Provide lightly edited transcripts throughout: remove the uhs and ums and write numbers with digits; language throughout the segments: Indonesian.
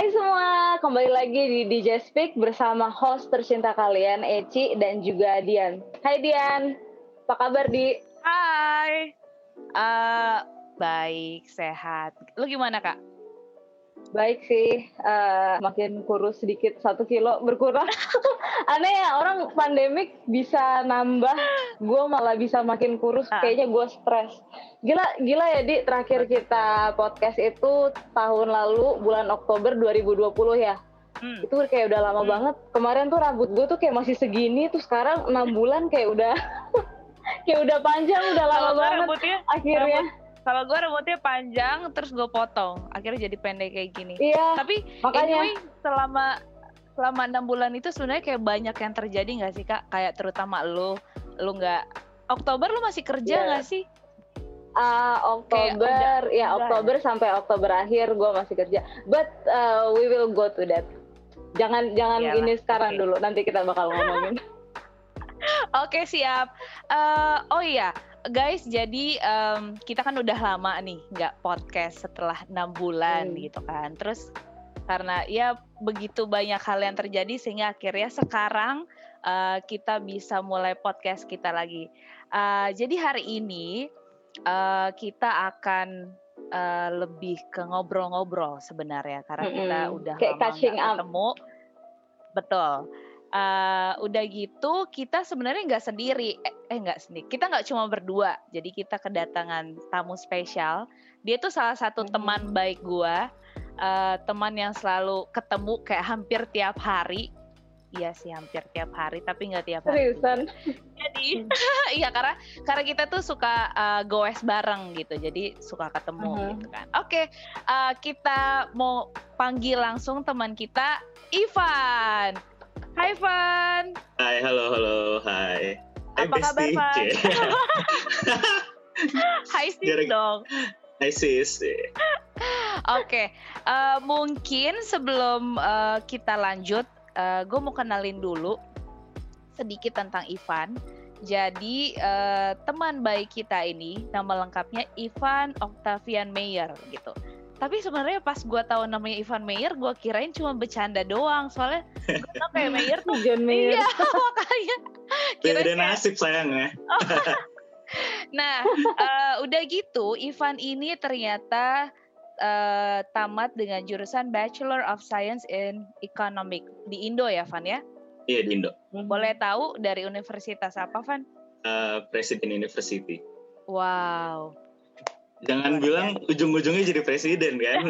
Hai semua, kembali lagi di DJ Speak bersama host tercinta kalian, Eci dan juga Dian. Hai Dian, apa kabar Di? Hai, baik, sehat. Lu gimana, Kak? Baik sih, makin kurus sedikit, 1 kilo berkurang. Aneh ya, orang pandemik bisa nambah, gue malah bisa makin kurus, kayaknya gue stres. Gila ya Di, terakhir kita podcast itu tahun lalu, bulan Oktober 2020 ya. Itu kayak udah lama banget. Kemarin tuh rambut gue tuh kayak masih segini, tuh sekarang 6 bulan kayak udah kayak udah panjang, udah lama banget akhirnya. Kalau gue rambutnya panjang, terus gue potong, akhirnya jadi pendek kayak gini. Iya, tapi makanya. Anyway, selama 6 bulan itu sebenarnya kayak banyak yang terjadi nggak sih, Kak? Kayak terutama lu nggak, Oktober lu masih kerja nggak sih? Oktober, Oktober sampai Oktober akhir gue masih kerja. But we will go to that. Jangan Yalah, ini sekarang dulu, nanti kita bakal ngomongin. Oke, siap. Oh iya, guys, jadi kita kan udah lama nih nggak podcast setelah 6 bulan gitu kan. Terus karena ya begitu banyak hal yang terjadi sehingga akhirnya sekarang kita bisa mulai podcast kita lagi. Jadi hari ini kita akan lebih ke ngobrol-ngobrol sebenarnya karena kita udah kayak lama nggak ketemu. Betul. Udah gitu kita sebenarnya nggak sendiri, kita nggak cuma berdua, jadi kita kedatangan tamu spesial. Dia tuh salah satu teman baik gua, teman yang selalu ketemu kayak hampir tiap hari. Iya sih, hampir tiap hari, tapi nggak tiap hari. Seriusan? Jadi iya, karena kita tuh suka goes bareng gitu, jadi suka ketemu gitu kan. Oke, kita mau panggil langsung teman kita, Ivan. Hai Van. Hai, halo, hai. Apa kabar Van? Hai sis dong. Hai sis. Oke, mungkin sebelum kita lanjut, gue mau kenalin dulu sedikit tentang Ivan. Jadi teman baik kita ini nama lengkapnya Ivan Octavian Meyer gitu. Tapi sebenarnya pas gue tahu namanya Ivan Meyer, gue kirain cuma bercanda doang. Soalnya gue tau kayak Meyer tuh John Mayer. Iya, makanya beda nasib sayangnya. Nah, udah gitu Ivan ini ternyata tamat dengan jurusan Bachelor of Science in Economics di Indo ya, Van ya? Iya, di Indo. Boleh tahu dari universitas apa, Van? Presiden University. Wow. Jangan bilang ujung-ujungnya jadi presiden kan.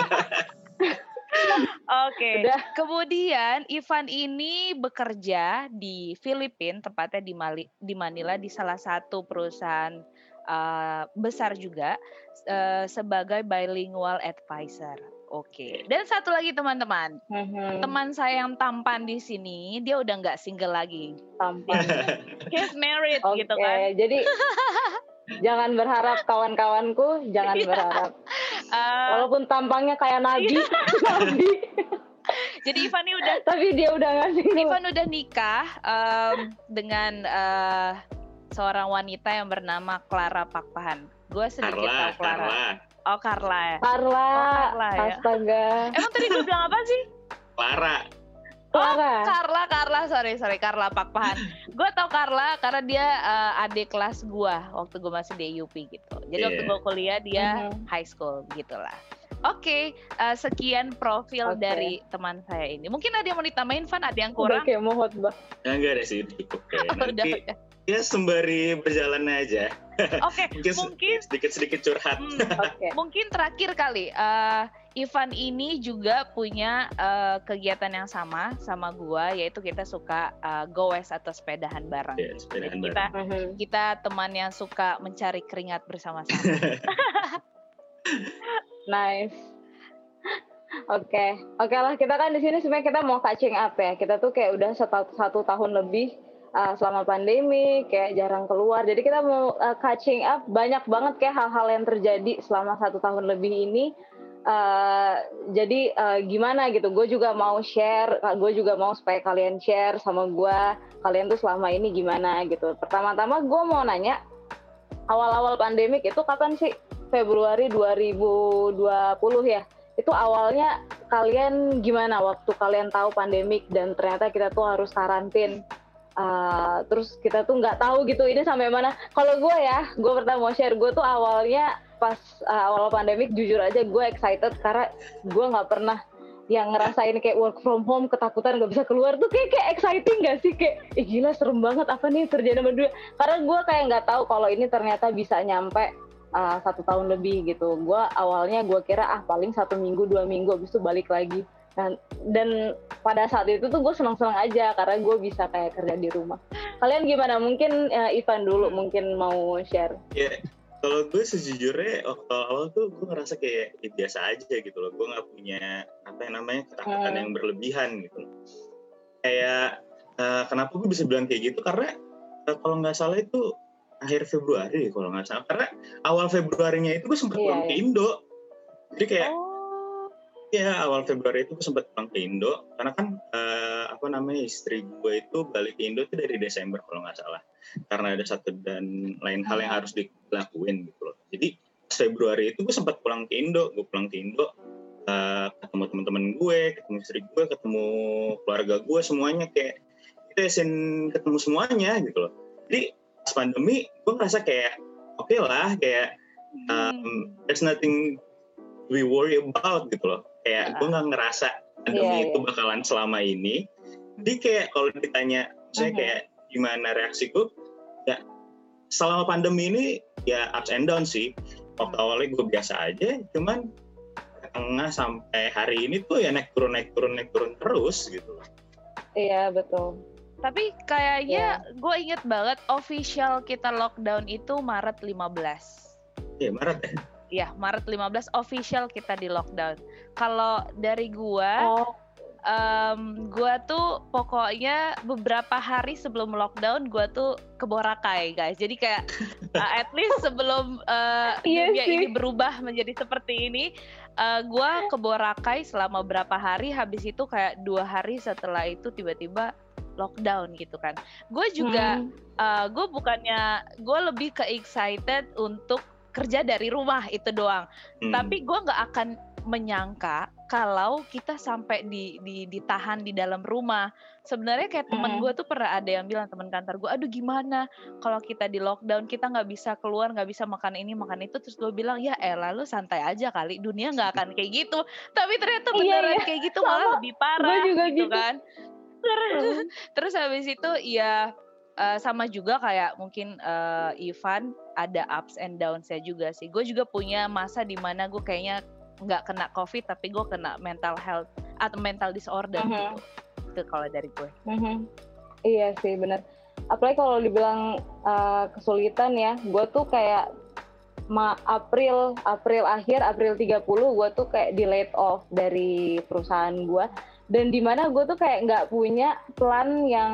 Oke. Kemudian Ivan ini bekerja di Filipina, tepatnya di Manila, di salah satu perusahaan besar juga sebagai bilingual advisor. Oke. Dan satu lagi teman-teman, teman saya yang tampan di sini, dia udah nggak single lagi. Tampan. He's married gitu kan. Oke, jadi jangan berharap kawan-kawanku, jangan berharap. Walaupun tampangnya kayak nabi. Jadi Ivan ini udah. Tapi dia udah ngasih. Ivan udah nikah dengan seorang wanita yang bernama Clara Pakpahan. Gue sedikit tahu Clara. Oh, Carla. Carla. Ya. Astaga. Emang tadi gue bilang apa sih? Clara. Sorry, Carla Pakpahan. Gue tau Carla karena dia adik kelas gue waktu gue masih di UP gitu. Jadi waktu gue kuliah dia high school gitulah. Oke, sekian profil dari teman saya ini. Mungkin ada yang mau ditambahin, Van? Ada yang kurang? Udah kayak mau khotbah. Enggak ada sih, cukup kayak. Nanti ya sembari berjalan aja. Oke, mungkin sedikit curhat. Mungkin terakhir kali, Ivan ini juga punya kegiatan yang sama gua, yaitu kita suka goes atau sepedahan bareng. Yeah, sepedahan bareng. Kita teman yang suka mencari keringat bersama-sama. Nice. Oke lah, kita kan di sini sebenarnya kita mau catching up ya. Kita tuh kayak udah satu tahun lebih selama pandemi, kayak jarang keluar. Jadi kita mau catching up, banyak banget kayak hal-hal yang terjadi selama 1 tahun lebih ini. Jadi gimana gitu, gue juga mau share, gue juga mau supaya kalian share sama gue, kalian tuh selama ini gimana gitu. Pertama-tama gue mau nanya, awal-awal pandemik itu kapan sih? Februari 2020 ya? Itu awalnya kalian gimana waktu kalian tahu pandemik dan ternyata kita tuh harus karantin? Terus kita tuh nggak tahu gitu ini sampai mana. Kalau gue pertama mau share, gue tuh awalnya pas awal pandemik jujur aja gue excited karena gue nggak pernah yang ngerasain kayak work from home, ketakutan nggak bisa keluar tuh kayak exciting gak sih, kayak gila serem banget apa nih terjadi sama gue. Karena gue kayak nggak tahu kalau ini ternyata bisa nyampe 1 tahun lebih gitu. Gue awalnya gue kira paling 1 minggu 2 minggu habis itu balik lagi. Dan pada saat itu tuh gue senang-senang aja karena gue bisa kayak kerja di rumah. Kalian gimana? Mungkin Ivan dulu mungkin mau share. Kalau gue sejujurnya waktu awal tuh gue ngerasa kayak biasa aja gitu loh. Gue nggak punya ketakutan yang berlebihan gitu. Kayak kenapa gue bisa bilang kayak gitu? Karena kalau nggak salah itu akhir Februari kalau nggak salah. Karena awal Februarinya itu gue sempat pulang ke Indo. Jadi kayak awal Februari itu gue sempat pulang ke Indo. Karena kan istri gue itu balik ke Indo itu dari Desember kalau nggak salah. Karena ada satu dan lain hal yang harus dilakuin gitu loh. Jadi Februari itu gue sempat pulang ke Indo. Gue pulang ke Indo, ketemu teman-teman gue, ketemu istri gue, ketemu keluarga gue, semuanya kayak kita ketemu semuanya gitu loh. Jadi pas pandemi gue ngerasa kayak oke lah, kayak there's nothing we worry about gitu loh. Kayak gue nggak ngerasa pandemi itu bakalan selama ini. Jadi kayak kalau ditanya saya kayak gimana reaksi gue, ya selama pandemi ini ya ups and down sih. Waktu awalnya gue biasa aja, cuman tengah sampai hari ini tuh ya naik turun terus gitu. Iya betul. Tapi kayaknya gue inget banget official kita lockdown itu Maret 15. Iya Maret ya? Iya Maret 15 official kita di lockdown. Kalau dari gue, gue tuh pokoknya beberapa hari sebelum lockdown gue tuh ke Boracay guys. Jadi kayak at least sebelum dunia ini berubah menjadi seperti ini, gue ke Boracay selama berapa hari. Habis itu kayak 2 hari setelah itu tiba-tiba lockdown gitu kan. Gue juga gue lebih ke excited untuk kerja dari rumah itu doang. Tapi gue nggak akan menyangka kalau kita sampai ditahan di dalam rumah. Sebenarnya kayak teman gue tuh pernah ada yang bilang, teman kantor gue, aduh gimana kalau kita di lockdown, kita nggak bisa keluar, nggak bisa makan ini makan itu. Terus gue bilang ya elah lu santai aja kali, dunia nggak akan kayak gitu. Tapi ternyata beneran kayak gitu, malah lebih parah gitu kan. Terus habis itu ya sama juga kayak mungkin Ivan ada ups and downs-nya juga sih. Gue juga punya masa di mana gue kayaknya nggak kena COVID tapi gue kena mental health atau mental disorder gitu. Itu kalau dari gue. Iya sih benar. Apalagi kalau dibilang kesulitan ya, gue tuh kayak April akhir, April 30 gue tuh kayak di laid off dari perusahaan gue. Dan di mana gue tuh kayak nggak punya plan yang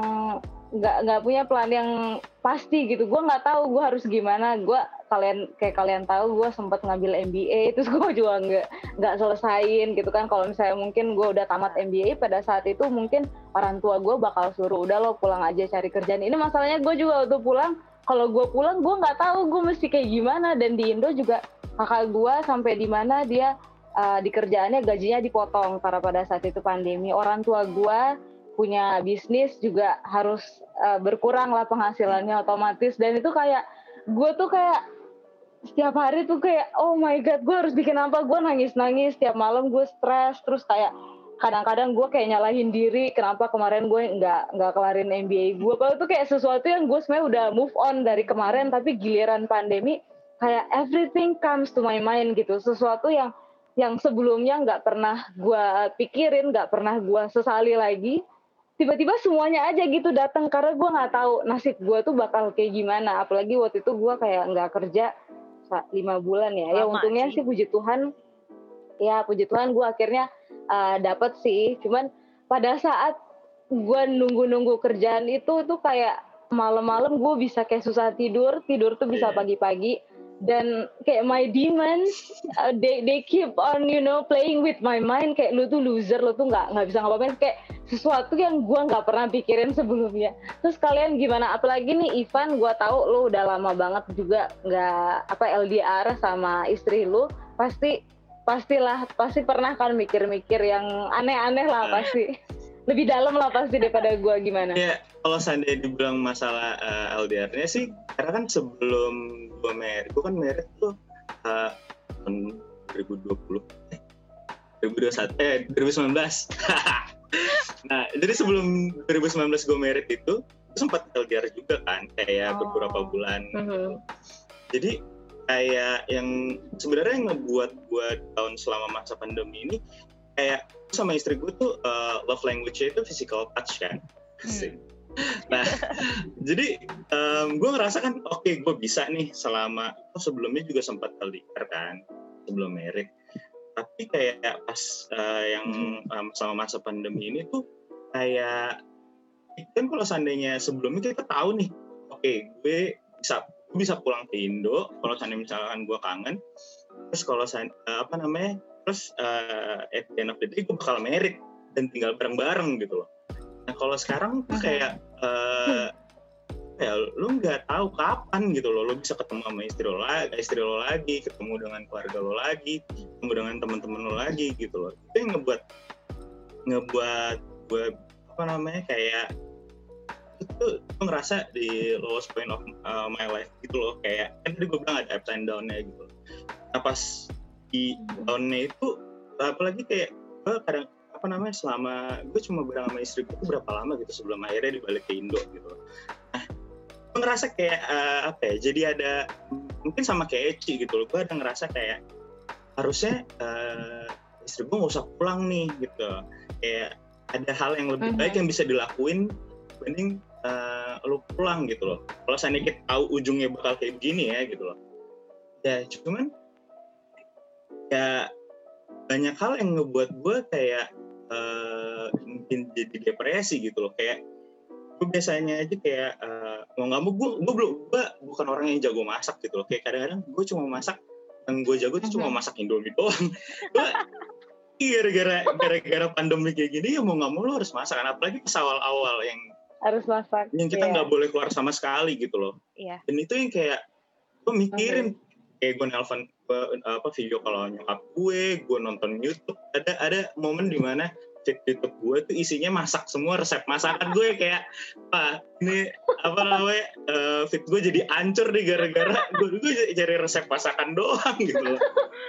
pasti gitu. Gue nggak tahu gue harus gimana. Kalian tahu gue sempat ngambil MBA, terus gue juga nggak selesain gitu kan. Kalau misalnya mungkin gue udah tamat MBA pada saat itu, mungkin orang tua gue bakal suruh udah lo pulang aja cari kerjaan. Ini masalahnya gue juga waktu pulang, kalau gue pulang gue nggak tahu gue mesti kayak gimana. Dan di Indo juga kakak gue sampai di mana dia di kerjaannya gajinya dipotong karena pada saat itu pandemi. Orang tua gue punya bisnis juga harus berkurang lah penghasilannya otomatis. Dan itu kayak gue tuh kayak setiap hari tuh kayak oh my god gue harus bikin apa, gue nangis setiap malam, gue stres. Terus kayak kadang-kadang gue kayak nyalahin diri kenapa kemarin gue nggak kelarin MBA gue. Padahal tuh kayak sesuatu yang gue sebenarnya udah move on dari kemarin, tapi giliran pandemi kayak everything comes to my mind gitu. Sesuatu yang sebelumnya nggak pernah gue pikirin, nggak pernah gue sesali lagi, tiba-tiba semuanya aja gitu datang. Karena gue nggak tahu nasib gue tuh bakal kayak gimana. Apalagi waktu itu gue kayak nggak kerja 5 bulan ya. Ya untungnya sih puji Tuhan gue akhirnya dapet sih. Cuman pada saat gue nunggu kerjaan itu tuh kayak malam-malam gue bisa kayak susah tidur tuh bisa pagi-pagi. Dan kayak my demons they keep on playing with my mind, kayak lu tuh loser, lu tuh nggak bisa ngapain, kayak sesuatu yang gue nggak pernah pikirin sebelumnya. Terus kalian gimana? Apalagi nih Ivan, gue tahu lu udah lama banget juga nggak LDR sama istri lu, pasti pasti pernah kan mikir-mikir yang aneh-aneh lah pasti. Lebih dalam lah pasti daripada gue gimana. Ya, kalau seandainya dibilang masalah LDR-nya sih, karena kan sebelum gue kan married tuh tahun 2020, 2019. Nah, jadi sebelum 2019 gue married itu, gue sempat LDR juga kan, kayak beberapa bulan. Jadi kayak yang sebenarnya yang ngebuat gue tahun selama masa pandemi ini, kayak sama istri gue tuh love language-nya itu physical touch kan. Nah, jadi gue ngerasa kan oke, gue bisa nih selama sebelumnya juga sempat LDR kan sebelum married. Tapi kayak pas yang selama masa pandemi ini tuh kayak kan kalau seandainya sebelumnya kita tahu nih, oke, gue bisa pulang ke Indo kalau seandainya misalkan gue kangen. Terus kalau terus at the end of the day gue bakal married dan tinggal bareng-bareng gitu loh. Nah kalau sekarang tuh kayak ya lu nggak tahu kapan gitu loh, lu bisa ketemu sama istri lo lagi, ketemu dengan keluarga lo lagi, ketemu dengan teman-teman lo lagi gitu loh. Itu yang ngebuat gue kayak itu ngerasa di lowest point of my life gitu loh. Kayak kan tadi gue bilang ada ups and down-nya gitu. Nah pas di down-nya itu apalagi kayak gue kadang selama gue cuma bareng sama istri gue berapa lama gitu sebelum akhirnya dibalik ke Indo gitu. Nah, gue ngerasa kayak jadi ada mungkin sama kayak Eci gitu loh. Gue ada ngerasa kayak harusnya istri gue nggak usah pulang nih gitu. Kayak ada hal yang lebih baik yang bisa dilakuin dibanding lo pulang gitu loh. Kalau seandainya kita tahu ujungnya bakal kayak begini ya gitu loh. Ya cuman ya banyak hal yang ngebuat gue kayak mungkin jadi depresi gitu loh. Kayak gue biasanya aja kayak mau nggak mau gue bukan orang yang jago masak gitu loh. Kayak kadang-kadang gue cuma masak, yang gue jago tuh cuma masak Indomie doang. Gara-gara pandemi kayak gini ya mau nggak mau lo harus masak. Apalagi pas awal-awal yang harus masak. Yang kita nggak boleh keluar sama sekali gitu loh. Yeah. Dan itu yang kayak gue mikirin kayak gue nelfon video kalau nyokap gue nonton YouTube, ada momen dimana cek YouTube gue tuh isinya masak semua resep masakan gue kayak ini fit gue jadi ancur nih gara-gara gue cari resep masakan doang gitu loh.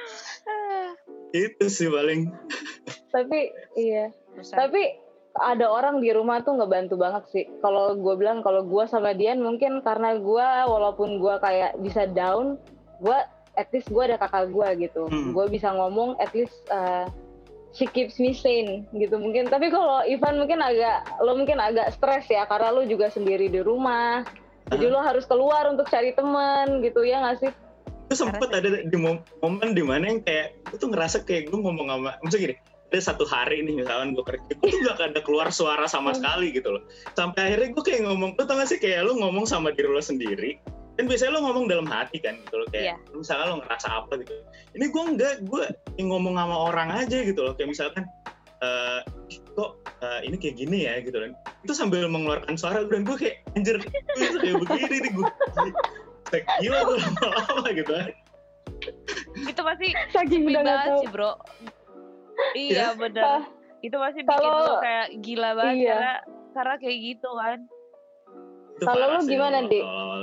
Itu sih paling. Tapi iya. Tapi ada orang di rumah tuh ngebantu banget sih. Kalau gue bilang kalau gue sama Dian mungkin karena gue walaupun gue kayak bisa down, gue at least gue ada kakak gue gitu. Gue bisa ngomong at least she keeps me sane gitu mungkin. Tapi kalau Ivan mungkin agak stres ya karena lo juga sendiri di rumah. Jadi lo harus keluar untuk cari teman gitu ya nggak sih? Itu sempet ada di momen dimana yang kayak gue tuh ngerasa kayak gue ngomong sama, maksudnya gini, ada satu hari nih misalkan gue kerja, gue tuh gak ada keluar suara sama sekali gitu loh. Sampai akhirnya gue kayak ngomong, lo tau gak sih kayak lo ngomong sama diri lo sendiri, dan biasanya lo ngomong dalam hati kan gitu loh, kayak misalkan lo ngerasa apa gitu. Ini gue enggak, gue ngomong sama orang aja gitu loh, kayak misalkan ini kayak gini ya gitu loh. Itu sambil mengeluarkan suara dan gue kayak anjir, kayak begini nih gue. Gila gue lama-lama gitu kan. Itu pasti saking udah gak tau sih bro. Iya benar. Itu pasti bikin lo kayak gila banget karena kayak gitu kan. Kalau lu gimana Di?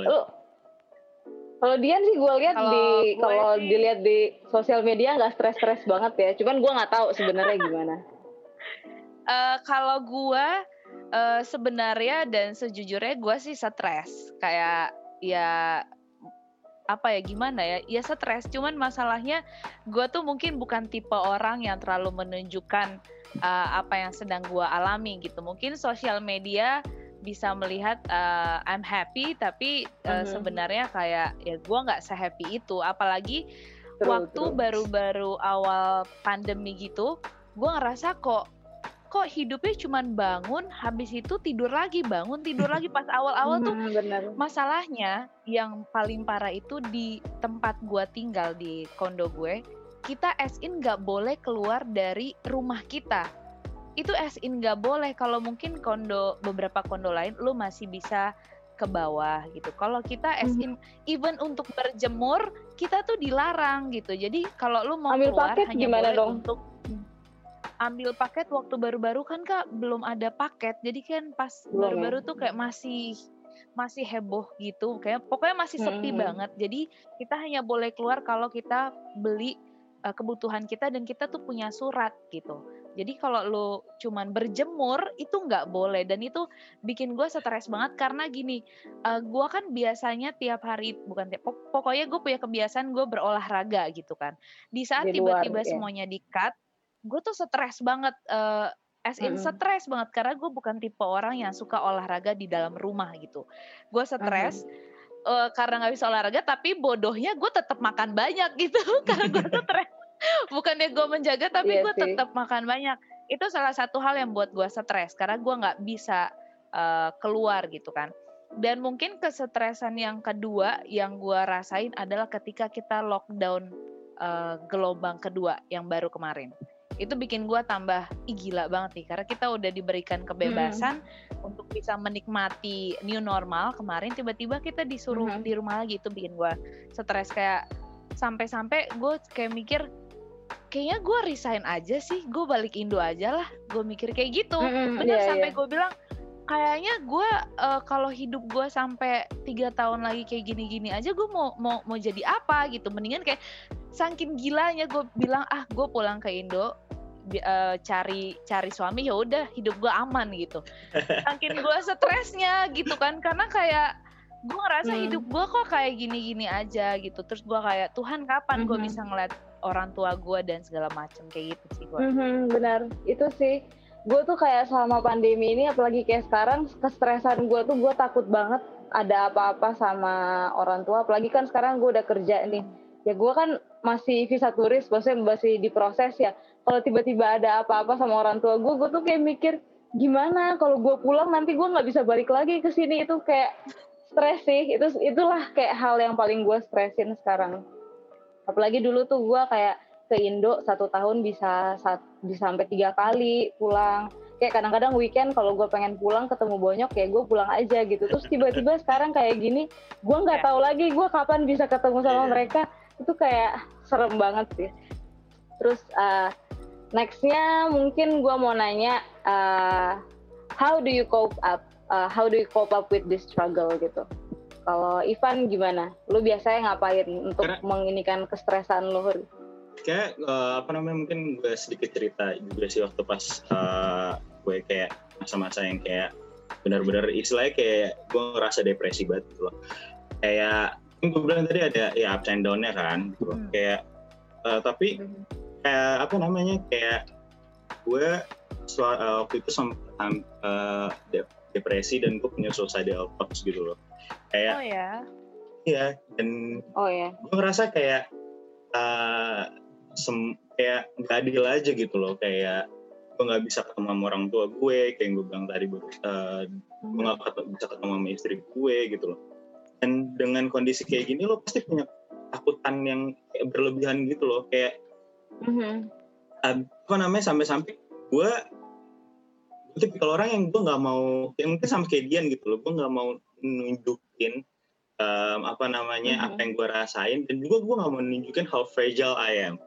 Kalau Dian sih gue lihat kalau dilihat di sosial media nggak stres banget ya. Cuman gue nggak tahu sebenarnya gimana. Kalau gue sebenarnya dan sejujurnya gue sih stres. Kayak ya apa ya gimana ya stres, cuman masalahnya gue tuh mungkin bukan tipe orang yang terlalu menunjukkan apa yang sedang gue alami gitu. Mungkin sosial media bisa melihat I'm happy tapi sebenarnya kayak ya gue nggak se-happy itu, apalagi waktu baru-baru awal pandemi gitu gue ngerasa kok hidupnya cuman bangun, habis itu tidur lagi, bangun, tidur lagi. Pas awal-awal tuh masalahnya yang paling parah itu di tempat gue tinggal di kondo gue, kita as in gak boleh keluar dari rumah kita. Itu as in gak boleh. Kalau mungkin beberapa kondo lain lu masih bisa ke bawah gitu. Kalau kita even untuk berjemur kita tuh dilarang gitu. Jadi kalau lu mau ambil keluar paket hanya gimana boleh dong? untuk ambil paket waktu baru-baru kan Kak belum ada paket. Jadi kan pas Belum ya? baru-baru tuh kayak masih heboh gitu. Kayak pokoknya masih sepi banget. Jadi kita hanya boleh keluar kalau kita beli kebutuhan kita dan kita tuh punya surat gitu. Jadi kalau lu cuman berjemur itu nggak boleh dan itu bikin gue stres banget karena gini, gue kan biasanya tiap hari pokoknya gue punya kebiasaan gue berolahraga gitu kan. Di saat Di luar, tiba-tiba ya. semuanya di-cut, gue tuh stres banget, stres banget karena gue bukan tipe orang yang suka olahraga di dalam rumah gitu. Gue stres karena nggak bisa olahraga, tapi bodohnya gue tetap makan banyak gitu karena gue stres. Bukannya gue menjaga, tapi Iya gue sih. tetap makan banyak. Itu salah satu hal yang buat gue stres karena gue nggak bisa keluar gitu kan. Dan mungkin kesetresan yang kedua yang gue rasain adalah ketika kita lockdown gelombang kedua yang baru kemarin. Itu bikin gue tambah gila banget nih karena kita udah diberikan kebebasan untuk bisa menikmati new normal. Kemarin tiba-tiba kita disuruh di rumah lagi, itu bikin gue stres kayak sampai-sampai gue kayak mikir kayaknya gue resign aja sih, gue balik Indo aja lah, gue mikir kayak gitu. Bener sampai gue bilang kayaknya gue kalau hidup gue sampai 3 tahun lagi kayak gini-gini aja gue mau jadi apa gitu. Mendingan kayak saking gilanya gue bilang gue pulang ke Indo cari suami, ya udah hidup gue aman gitu. Saking gue stresnya gitu kan karena kayak gue ngerasa hidup gue kok kayak gini-gini aja gitu. Terus gue kayak Tuhan kapan gue bisa ngeliat orang tua gue dan segala macam kayak gitu sih gue. Benar, itu sih. Gue tuh kayak selama pandemi ini, apalagi kayak sekarang, kestresan gue tuh gue takut banget ada apa-apa sama orang tua. Apalagi kan sekarang gue udah kerja nih. Ya gue kan masih visa turis, maksudnya masih diproses ya. Kalau tiba-tiba ada apa-apa sama orang tua gue tuh kayak mikir, gimana kalau gue pulang nanti gue nggak bisa balik lagi ke sini. Itu kayak stres sih. Itulah kayak hal yang paling gue stresin sekarang. Apalagi dulu tuh gue kayak ke Indo 1 tahun bisa sampai 3 kali pulang. Kayak kadang-kadang weekend kalau gue pengen pulang ketemu bonyok kayak gue pulang aja gitu. Terus tiba-tiba sekarang kayak gini, gue nggak tahu lagi gue kapan bisa ketemu sama mereka. Itu kayak serem banget sih. Terus nextnya mungkin gue mau nanya, how do you cope up with this struggle gitu? Kalau Ivan gimana? Lu biasanya ngapain untuk menginikan kestresan lu? Kayak mungkin gue sedikit cerita juga sih waktu pas gue kayak masa-masa yang kayak benar-benar istilahnya kayak gue ngerasa depresi banget gitu loh. Kayak gue bilang tadi ada ya ups and down-nya kan gitu. Kayak tapi kayak kayak gue waktu itu sempat depresi dan gue punya suicidal thoughts gitu loh. Kayak iya dan gue ngerasa kayak kayak nggak adil aja gitu loh, kayak gue nggak bisa ketemu sama orang tua gue, kayak gue bilang tadi gue nggak bisa ketemu sama istri gue gitu loh. Dan dengan kondisi kayak gini lo pasti punya takutan yang kayak berlebihan gitu loh, kayak sampai-sampai gue tipikal orang yang gue nggak mau, kayak mungkin sama kayak Dian gitu loh, gue nggak mau nunjukin apa yang gue rasain, dan juga gue nggak mau nunjukin how fragile I am.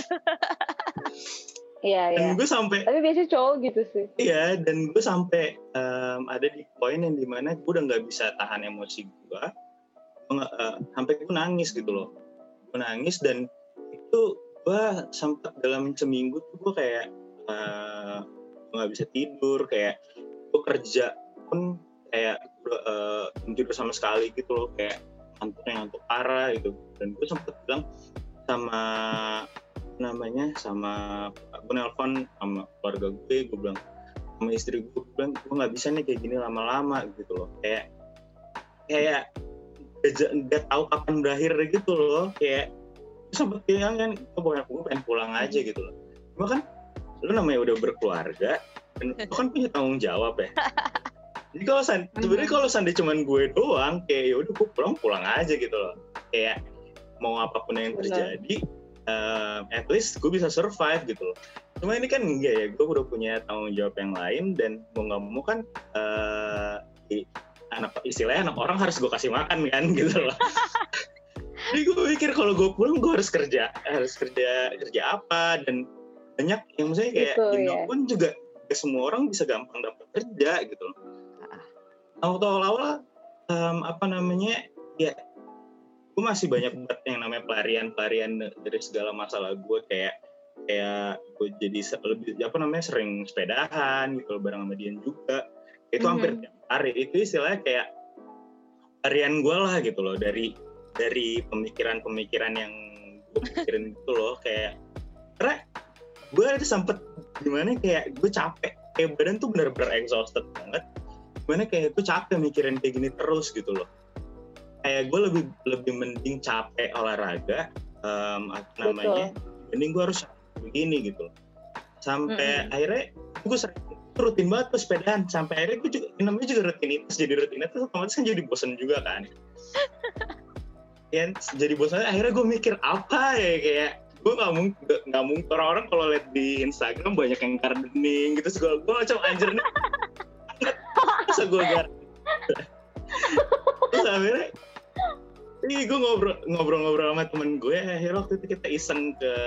Iya. Dan gue sampai. Tapi biasanya cowok gitu sih. Iya, dan gue sampai ada di poin yang dimana gue udah nggak bisa tahan emosi gue, sampai gue nangis gitu loh. Gue nangis dan itu gue sempat dalam seminggu tuh gue kayak nggak bisa tidur, kayak gue kerja pun kayak tidur sama sekali gitu loh, kayak ngantuk parah gitu. Dan gue sempet bilang sama gue nelpon sama keluarga gue bilang sama istri gue bilang gue nggak bisa nih kayak gini lama-lama gitu loh, kayak nggak tahu kapan berakhir gitu loh, kayak sempet bilang kan gue pengen pulang aja gitu loh. Cuma kan lu namanya udah berkeluarga dan lu kan punya tanggung jawab ya. Jadi sebenarnya kalau seandainya cuman gue doang, kayak yaudah gue pulang aja gitu loh. Kayak mau apapun yang terjadi, at least gue bisa survive gitu loh. Cuma ini kan enggak ya, gue udah punya tanggung jawab yang lain dan mau nggak mau kan istilahnya anak orang harus gue kasih makan kan gitu loh. Jadi gue mikir kalau gue pulang gue harus kerja apa, dan banyak yang maksudnya kayak Gitu, Indo ya. pun juga gak semua orang bisa gampang dapat kerja gitu loh. Awal-awal ya gue masih banyak buat yang namanya pelarian dari segala masalah gue, kayak gue jadi lebih sering sepedahan gitu loh bareng sama Dian juga. Itu hampir tiap hari, itu istilahnya kayak harian gue lah gitu loh, dari pemikiran-pemikiran yang gue pikirin gitu loh, kayak karena gue itu sempet gimana kayak gue capek, kayak badan tuh bener-bener exhausted banget, gimana kayak gue capek mikirin kayak gini terus gitu loh. Kayak gue lebih mending capek olahraga mending gue harus begini gitu loh. Sampai akhirnya gue rutin banget tuh sepedahan, sampai akhirnya gue juga namanya juga rutinitas otomatis kan jadi bosen juga kan. Ya jadi bosan, akhirnya gue mikir apa ya, kayak gue nggak mungkin orang-orang kalau lihat di Instagram banyak yang gardening gitu, gue macam anjir nih masa gue gardening. Terus akhirnya gue ngobrol sama temen gue, akhirnya waktu itu kita iseng ke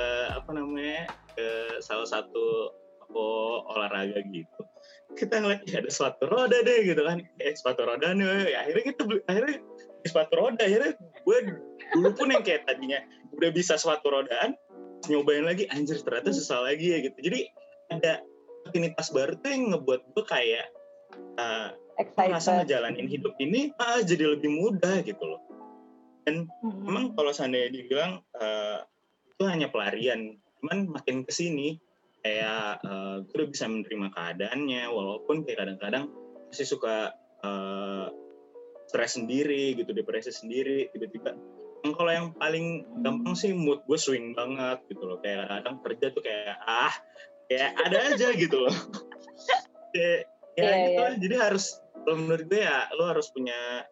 salah satu olahraga gitu. Kita ngeliat ada sepatu roda deh gitu kan, sepatu roda nih, akhirnya kita beli sepatu roda. Akhirnya gue dulu pun yang kayak tadinya udah bisa sepatu rodaan, nyobain lagi, anjir ternyata susah lagi ya gitu. Jadi ada rutinitas baru tuh yang ngebuat gue kayak merasa ngejalanin hidup ini jadi lebih mudah gitu loh. Dan memang kalau seandainya dibilang itu hanya pelarian, cuman makin kesini kayak gue udah bisa menerima keadaannya, walaupun kayak kadang-kadang masih suka stres sendiri gitu, depresi sendiri tiba-tiba. Kalau yang paling gampang sih mood gue swing banget gitu loh, kayak kadang-kadang kerja tuh kayak ada aja gitu loh. Gitu. Jadi harus, kalau menurut gue ya lo harus punya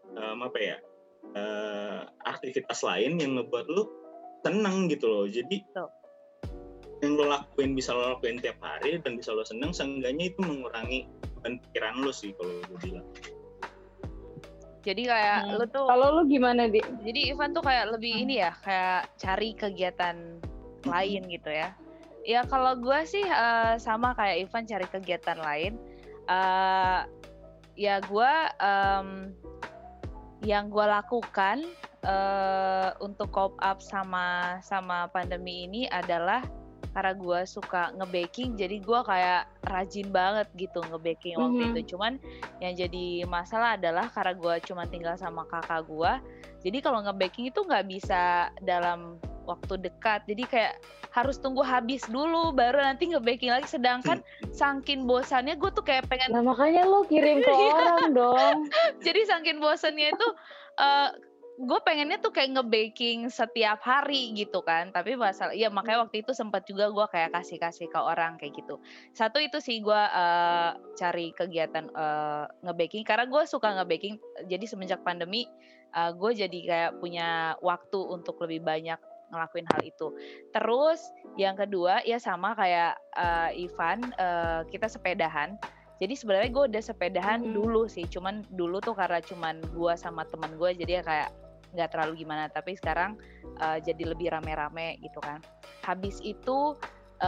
aktivitas lain yang ngebuat lo seneng gitu loh. Jadi yang bisa lo lakuin tiap hari dan bisa lo seneng, seenggaknya itu mengurangi beban pikiran lo sih kalau gue bilang. Jadi kayak lu tuh, kalau lu gimana, Di? Jadi Ivan tuh kayak lebih ini ya, kayak cari kegiatan lain gitu ya. Ya kalau gue sih sama kayak Ivan, cari kegiatan lain. Ya gue yang gue lakukan untuk cope up sama pandemi ini adalah karena gue suka nge-baking, jadi gue kayak rajin banget gitu nge-baking waktu itu. Cuman yang jadi masalah adalah karena gue cuma tinggal sama kakak gue, jadi kalau nge-baking itu nggak bisa dalam waktu dekat, jadi kayak harus tunggu habis dulu baru nanti nge-baking lagi. Sedangkan saking bosannya gue tuh kayak pengen, nah makanya lo kirim ke orang dong. Jadi saking bosannya itu gue pengennya tuh kayak nge-baking setiap hari gitu kan, tapi masalah ya makanya waktu itu sempat juga gue kayak kasih ke orang kayak gitu. Satu itu sih gue cari kegiatan nge-baking karena gue suka nge-baking. Jadi semenjak pandemi gue jadi kayak punya waktu untuk lebih banyak ngelakuin hal itu. Terus yang kedua ya sama kayak Ivan, kita sepedahan. Jadi sebenarnya gue udah sepedahan dulu sih, cuman dulu tuh karena cuman gue sama teman gue, jadi ya kayak nggak terlalu gimana. Tapi sekarang jadi lebih rame-rame gitu kan. Habis itu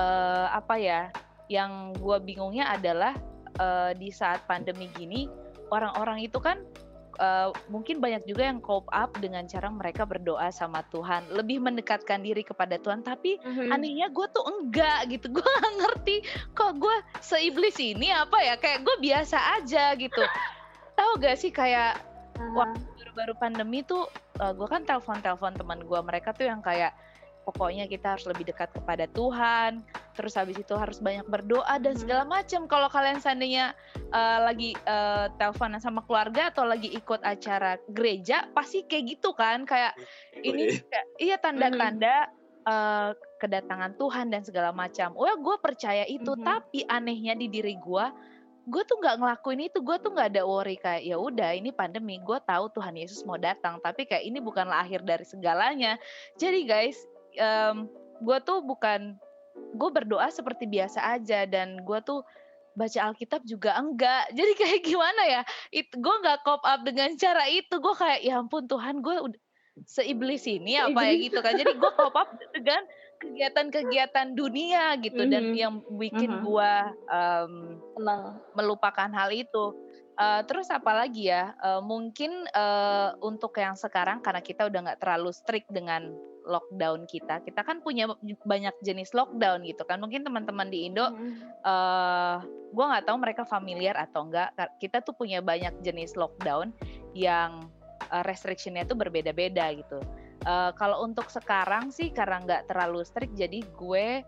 yang gue bingungnya adalah di saat pandemi gini, orang-orang itu kan mungkin banyak juga yang cope up dengan cara mereka berdoa sama Tuhan, lebih mendekatkan diri kepada Tuhan. Tapi anehnya gue tuh enggak gitu. Gue gak ngerti kok gue seiblis ini apa ya, kayak gue biasa aja gitu. Tahu gak sih kayak waktu baru-baru pandemi tuh gue kan telepon teman gue, mereka tuh yang kayak pokoknya kita harus lebih dekat kepada Tuhan, terus habis itu harus banyak berdoa dan segala macam. Kalau kalian seandainya lagi teleponan sama keluarga atau lagi ikut acara gereja, pasti kayak gitu kan, kayak ini iya tanda-tanda kedatangan Tuhan dan segala macam. Gue percaya itu, tapi anehnya di diri gue tuh nggak ngelakuin itu. Gue tuh nggak ada worry kayak ya udah ini pandemi, gue tahu Tuhan Yesus mau datang, tapi kayak ini bukanlah akhir dari segalanya. Jadi guys, gue berdoa seperti biasa aja, dan gue tuh baca Alkitab juga enggak. Jadi kayak gimana ya? Gue nggak cope up dengan cara itu. Gue kayak ya ampun Tuhan, gue udah seiblis ini apa ya gitu kan. Jadi gue cope up dengan kegiatan-kegiatan dunia gitu dan yang bikin gue melupakan hal itu. Terus apalagi ya? Mungkin untuk yang sekarang karena kita udah nggak terlalu strict dengan lockdown kita kan punya banyak jenis lockdown gitu kan. Mungkin teman-teman di Indo, gue nggak tahu mereka familiar atau enggak. Kita tuh punya banyak jenis lockdown yang restriction-nya tuh berbeda-beda gitu. Kalau untuk sekarang sih karena nggak terlalu strict, jadi gue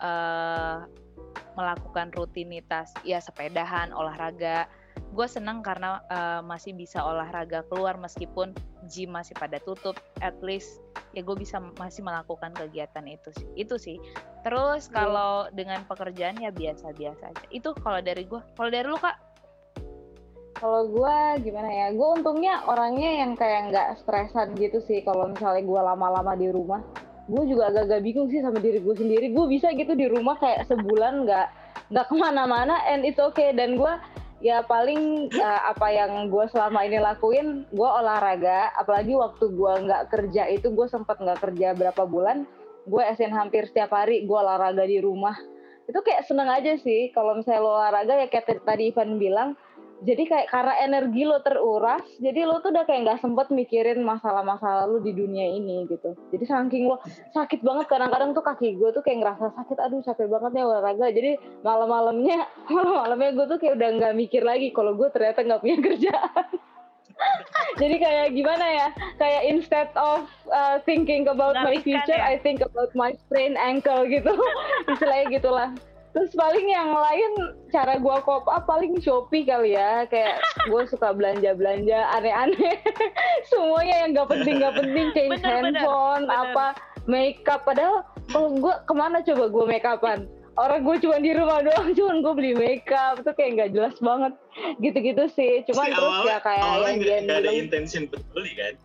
melakukan rutinitas ya sepedahan, olahraga. Gue senang karena masih bisa olahraga keluar meskipun gym masih pada tutup. At least ya gue bisa masih melakukan kegiatan itu sih. Terus kalau dengan pekerjaan ya biasa-biasa aja. Itu kalau dari gue. Kalau dari lu Kak? Kalau gue gimana ya? Gue untungnya orangnya yang kayak nggak stresan gitu sih. Kalau misalnya gue lama-lama di rumah, gue juga agak-agak bingung sih sama diri gue sendiri. Gue bisa gitu di rumah kayak sebulan nggak kemana-mana, and it's okay. Dan gue ya paling apa yang gue selama ini lakuin, gue olahraga. Apalagi waktu gue nggak kerja itu, gue sempat nggak kerja berapa bulan, gue hampir setiap hari gue olahraga di rumah. Itu kayak seneng aja sih kalau misalnya lo olahraga ya kayak tadi Ivan bilang. Jadi kayak karena energi lo teruras, jadi lo tuh udah kayak nggak sempet mikirin masalah-masalah lo di dunia ini gitu. Jadi saking lo sakit banget, kadang-kadang tuh kaki gue tuh kayak ngerasa sakit, aduh capek banget ya olahraga. Jadi malam-malamnya gue tuh kayak udah nggak mikir lagi kalau gue ternyata nggak punya kerjaan. Jadi kayak gimana ya? Kayak instead of thinking about my future, I think about my sprained ankle gitu. Istilahnya gitulah. Terus paling yang lain cara gue cope up paling Shopee kali ya. Kayak gue suka belanja-belanja aneh-aneh. Semuanya yang gak penting, change handphone, apa, makeup. Padahal kalau gue kemana coba gue make-upan? Orang gue cuma di rumah doang, cuman gue beli makeup. Itu kayak gak jelas banget. Gitu-gitu sih. Cuman si terus ya kayak yang dia bilang. Gak ada intention betul kan?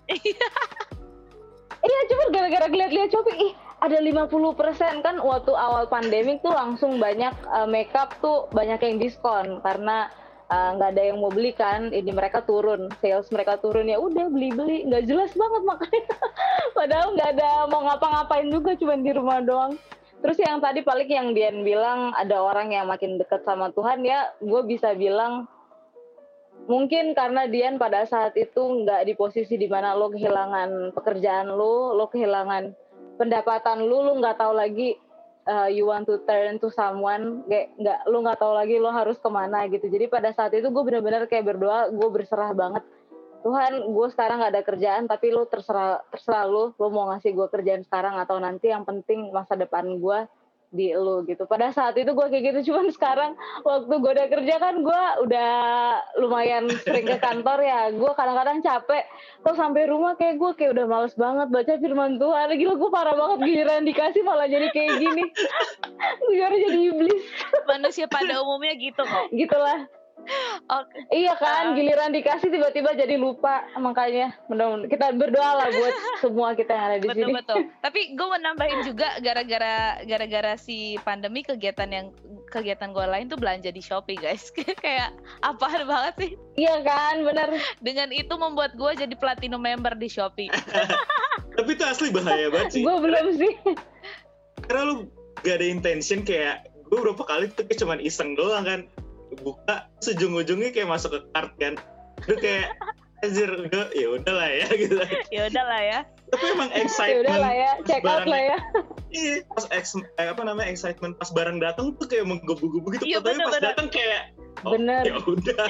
Iya, cuma gara-gara lihat-lihat Shopee, ada 50% kan waktu awal pandemik tuh langsung banyak makeup tuh banyak yang diskon karena nggak ada yang mau beli kan, ini mereka turun, sales mereka turun, ya udah beli-beli, nggak jelas banget makanya. Padahal nggak ada mau ngapa-ngapain juga, cuma di rumah doang. Terus yang tadi paling yang Dian bilang ada orang yang makin dekat sama Tuhan, ya gue bisa bilang mungkin karena Dian pada saat itu nggak di posisi di mana lo kehilangan pekerjaan lo kehilangan pendapatan lo nggak tahu lagi you want to turn to someone, kayak lo nggak tahu lagi lo harus kemana gitu. Jadi pada saat itu gue benar-benar kayak berdoa, gue berserah banget. Tuhan, gue sekarang nggak ada kerjaan, tapi lo terserah lo mau ngasih gue kerjaan sekarang atau nanti, yang penting masa depan gue di lo gitu. Pada saat itu gue kayak gitu, cuman sekarang waktu gue udah kerja kan gue udah lumayan sering ke kantor ya, gue kadang-kadang capek, terus sampai rumah kayak gue kayak udah males banget baca firman Tuhan. Gila, gue parah banget, giliran dikasih malah jadi kayak gini. Gue jadi iblis. Manusia pada umumnya gitu kok. Gitulah. Okay. Iya kan, giliran dikasih tiba-tiba jadi lupa. Makanya mudah-mudahan kita berdoa lah buat semua kita yang ada di sini. Betul. Tapi gue mau nambahin juga gara-gara si pandemi, kegiatan gue lain tuh belanja di Shopee guys. Kayak apaan banget sih? Iya kan, benar. Dengan itu membuat gue jadi platinum member di Shopee. Tapi itu asli bahaya banget sih. Gue belum sih. Karena lu gak ada intention, kayak gue berapa kali tuh cuma iseng doang kan. Buka sejung-ujungnya kayak masuk ke cart kan, itu kayak anjir, ya udahlah ya gitu. Ya udahlah ya. Tapi emang excitement. Ya udahlah ya, check out lah ya. Iya, pas excitement pas barang datang tuh kayak menggebu-gebu gitu. Iya, tapi pas datang kayak bener. Ya udah.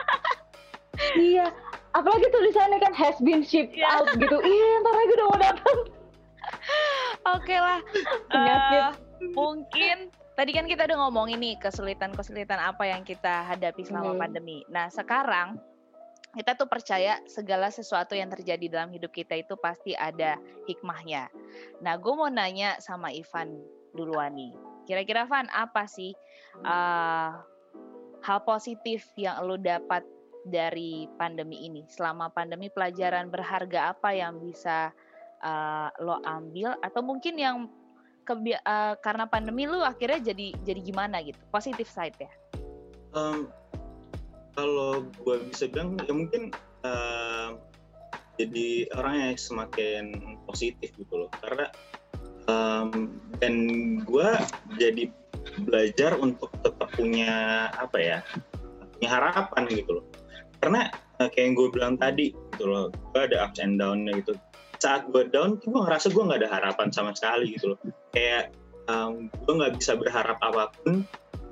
Iya, apalagi tulisannya kan has been shipped out gitu. Iya, ntar lagi udah mau datang. Oke lah. Mungkin tadi kan kita udah ngomongin nih kesulitan-kesulitan apa yang kita hadapi selama pandemi. Nah sekarang kita tuh percaya segala sesuatu yang terjadi dalam hidup kita itu pasti ada hikmahnya. Nah gue mau nanya sama Ivan duluan nih. Kira-kira Van, apa sih hal positif yang lo dapat dari pandemi ini? Selama pandemi, pelajaran berharga apa yang bisa lo ambil? Atau mungkin yang karena pandemi lu akhirnya jadi gimana gitu, positive side ya? Um, Kalau gue bisa bilang ya mungkin jadi orang yang semakin positif gitu loh, karena dan gue jadi belajar untuk tetap punya apa ya, punya harapan gitu loh, karena kayak yang gue bilang tadi gitu loh, gue ada ups and down-nya gitu. Saat gue down tuh gue ngerasa gue nggak ada harapan sama sekali gitu loh, kayak gue nggak bisa berharap apapun,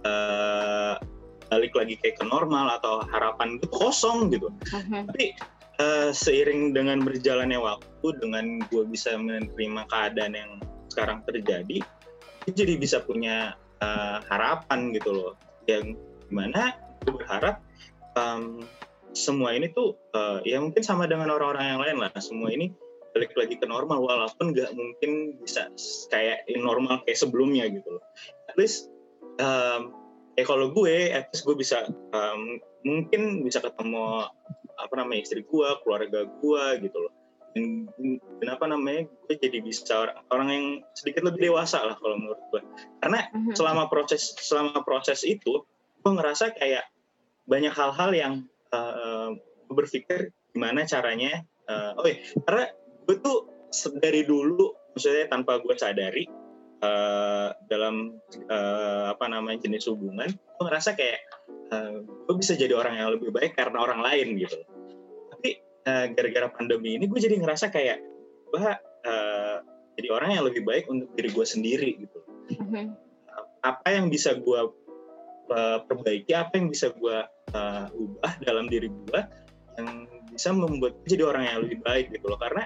balik lagi kayak ke normal atau harapan gue kosong gitu. Tapi seiring dengan berjalannya waktu, dengan gue bisa menerima keadaan yang sekarang terjadi, gue jadi bisa punya harapan gitu loh, yang dimana gue berharap semua ini tuh ya mungkin sama dengan orang-orang yang lain lah, semua ini balik lagi ke normal, walaupun nggak mungkin bisa kayak normal kayak sebelumnya gitu loh. At least kalau gue, at least gue bisa mungkin bisa ketemu istri gue, keluarga gue gitu loh. Dan apa namanya, gue jadi bisa orang yang sedikit lebih dewasa lah kalau menurut gue. Karena selama proses itu, gue ngerasa kayak banyak hal-hal yang gue berpikir gimana caranya. Karena gue tuh dari dulu, maksudnya tanpa gue sadari, dalam jenis hubungan, gue ngerasa kayak gue bisa jadi orang yang lebih baik karena orang lain gitu. Tapi gara-gara pandemi ini gue jadi ngerasa kayak gue jadi orang yang lebih baik untuk diri gue sendiri gitu. Apa yang bisa gue perbaiki, apa yang bisa gue ubah dalam diri gue yang bisa membuat gue jadi orang yang lebih baik gitu loh. Karena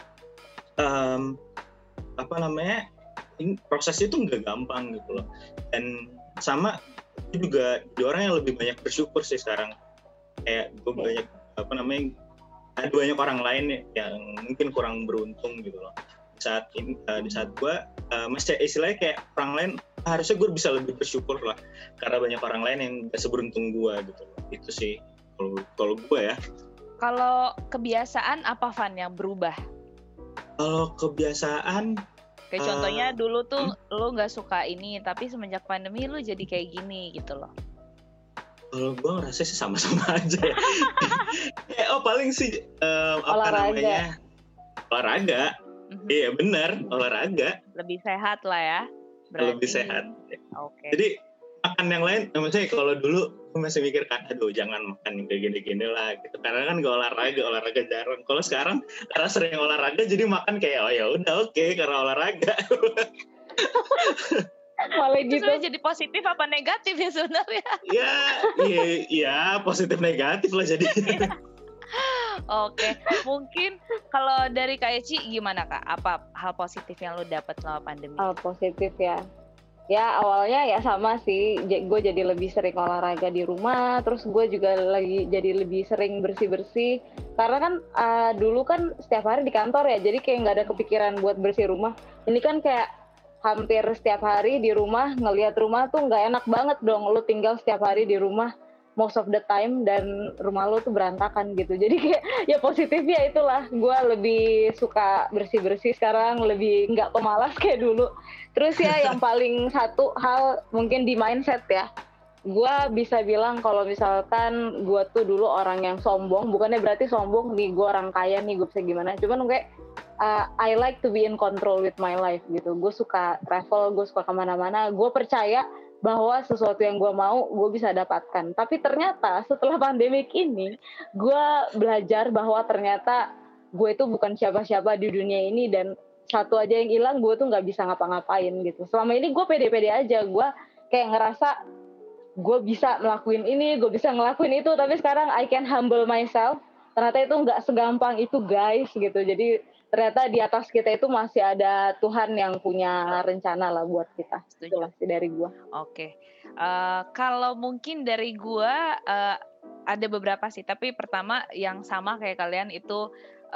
prosesnya itu nggak gampang gitu loh. Dan sama itu juga jadi orang yang lebih banyak bersyukur sih sekarang. Kayak gue banyak ada banyak orang lain yang mungkin kurang beruntung gitu loh. Di saat gue masih istilahnya kayak orang lain, harusnya gue bisa lebih bersyukur lah karena banyak orang lain yang gak seberuntung gue gitu loh. Itu sih kalau gue ya. Kalau kebiasaan apa Van yang berubah? Kalau kebiasaan kayak contohnya dulu tuh lu nggak suka ini, tapi semenjak pandemi lu jadi kayak gini gitu loh. Kalau gue ngerasa sih sama-sama aja ya. Paling sih olahraga. Olahraga. Iya benar, olahraga. Lebih sehat lah ya. Berarti. Lebih sehat. Oke. Jadi makan yang lain, maksudnya kalau dulu gue masih mikir kan, aduh jangan makan kayak gini-gini lah gitu. Karena kan gak olahraga jarang. Kalau sekarang karena sering olahraga jadi makan kayak oh ya udah oke, karena olahraga. Malah gitu. Itu jadi positif apa negatif ya sebenarnya? Iya positif negatif lah jadi. Oke, mungkin kalau dari Kak Eci gimana Kak? Apa hal positif yang lo dapat selama pandemi? Hal positif ya. Ya awalnya ya sama sih, gue jadi lebih sering olahraga di rumah, terus gue juga jadi lebih sering bersih-bersih. Karena kan dulu kan setiap hari di kantor ya, jadi kayak nggak ada kepikiran buat bersih rumah. Ini kan kayak hampir setiap hari di rumah, ngelihat rumah tuh nggak enak banget dong. Lu tinggal setiap hari di rumah most of the time dan rumah lo tuh berantakan gitu. Jadi kayak ya positifnya itulah, gue lebih suka bersih-bersih sekarang, lebih nggak pemalas kayak dulu. Terus ya yang paling satu hal mungkin di mindset ya, gue bisa bilang kalau misalkan gue tuh dulu orang yang sombong, bukannya berarti sombong nih gue orang kaya nih gue bisa gimana, cuman kayak I like to be in control with my life gitu. Gue suka travel, gue suka kemana-mana, gue percaya bahwa sesuatu yang gue mau, gue bisa dapatkan. Tapi ternyata setelah pandemik ini, gue belajar bahwa ternyata gue itu bukan siapa-siapa di dunia ini, dan satu aja yang hilang, gue tuh nggak bisa ngapa-ngapain gitu. Selama ini gue pede-pede aja, gue kayak ngerasa gue bisa ngelakuin ini, gue bisa ngelakuin itu, tapi sekarang I can humble myself. Ternyata itu nggak segampang itu guys gitu. Jadi ternyata di atas kita itu masih ada Tuhan yang punya rencana lah buat kita. Itulah sih dari gue. Oke. Kalau mungkin dari gue ada beberapa sih, tapi pertama yang sama kayak kalian itu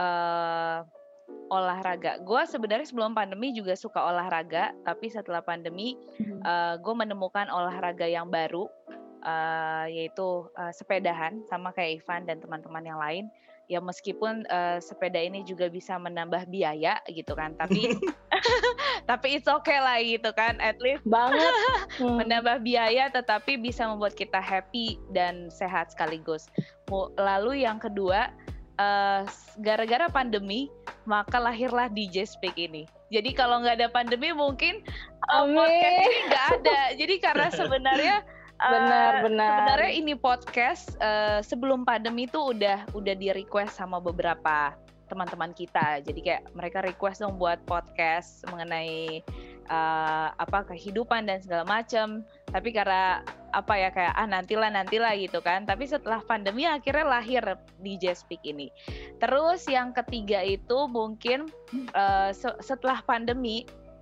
olahraga. Gue sebenarnya sebelum pandemi juga suka olahraga, tapi setelah pandemi gue menemukan olahraga yang baru, yaitu sepedahan sama kayak Ivan dan teman-teman yang lain. Ya meskipun sepeda ini juga bisa menambah biaya gitu kan, tapi Tapi it's okay lah gitu kan, at least banget. menambah biaya tetapi bisa membuat kita happy dan sehat sekaligus. Lalu yang kedua, gara-gara pandemi maka lahirlah DJ Speak ini. Jadi kalau nggak ada pandemi mungkin podcast ini nggak ada. Jadi karena sebenarnya sebenarnya ini podcast sebelum pandemi itu udah di request sama beberapa teman-teman kita. Jadi kayak mereka request dong buat podcast mengenai kehidupan dan segala macam. Tapi karena kayak nantilah gitu kan. Tapi setelah pandemi akhirnya lahir DJ Speak ini. Terus yang ketiga itu mungkin setelah pandemi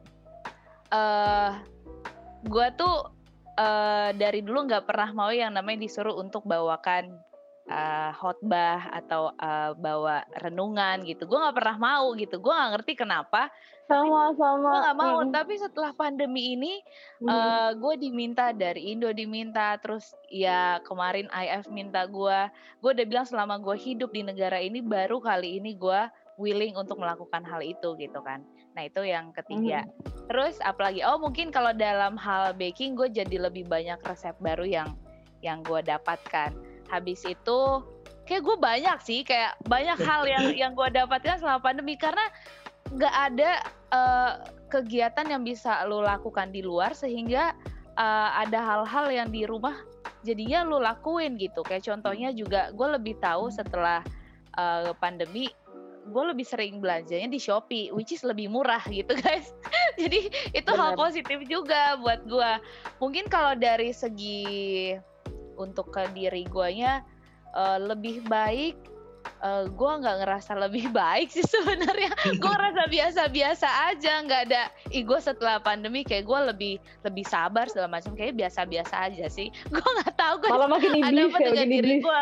gue tuh dari dulu nggak pernah mau yang namanya disuruh untuk bawakan khotbah atau bawa renungan gitu. Gue nggak pernah mau gitu. Gue nggak ngerti kenapa. Sama. Gue nggak mau. Tapi setelah pandemi ini, gue diminta dari Indo diminta. Terus ya kemarin IF minta gue. Gue udah bilang selama gue hidup di negara ini baru kali ini gue willing untuk melakukan hal itu gitu kan. Nah itu yang ketiga. Terus apalagi? Oh mungkin kalau dalam hal baking gue jadi lebih banyak resep baru yang gue dapatkan. Habis itu kayak gue banyak hal yang gue dapatkan selama pandemi karena nggak ada kegiatan yang bisa lo lakukan di luar sehingga ada hal-hal yang di rumah jadinya lo lakuin gitu. Kayak contohnya juga gue lebih tahu setelah pandemi gue lebih sering belanjanya di Shopee, which is lebih murah gitu guys. Jadi itu hal positif juga buat gue. Mungkin kalau dari segi untuk ke diri guanya lebih baik, gue nggak ngerasa lebih baik sih sebenarnya. Gue ngerasa biasa-biasa aja, nggak ada ego setelah pandemi. Kayak gue lebih sabar segala macam, kayak biasa-biasa aja sih. Gue nggak tahu guys, malah makin iblis, ada apa dengan diri gue.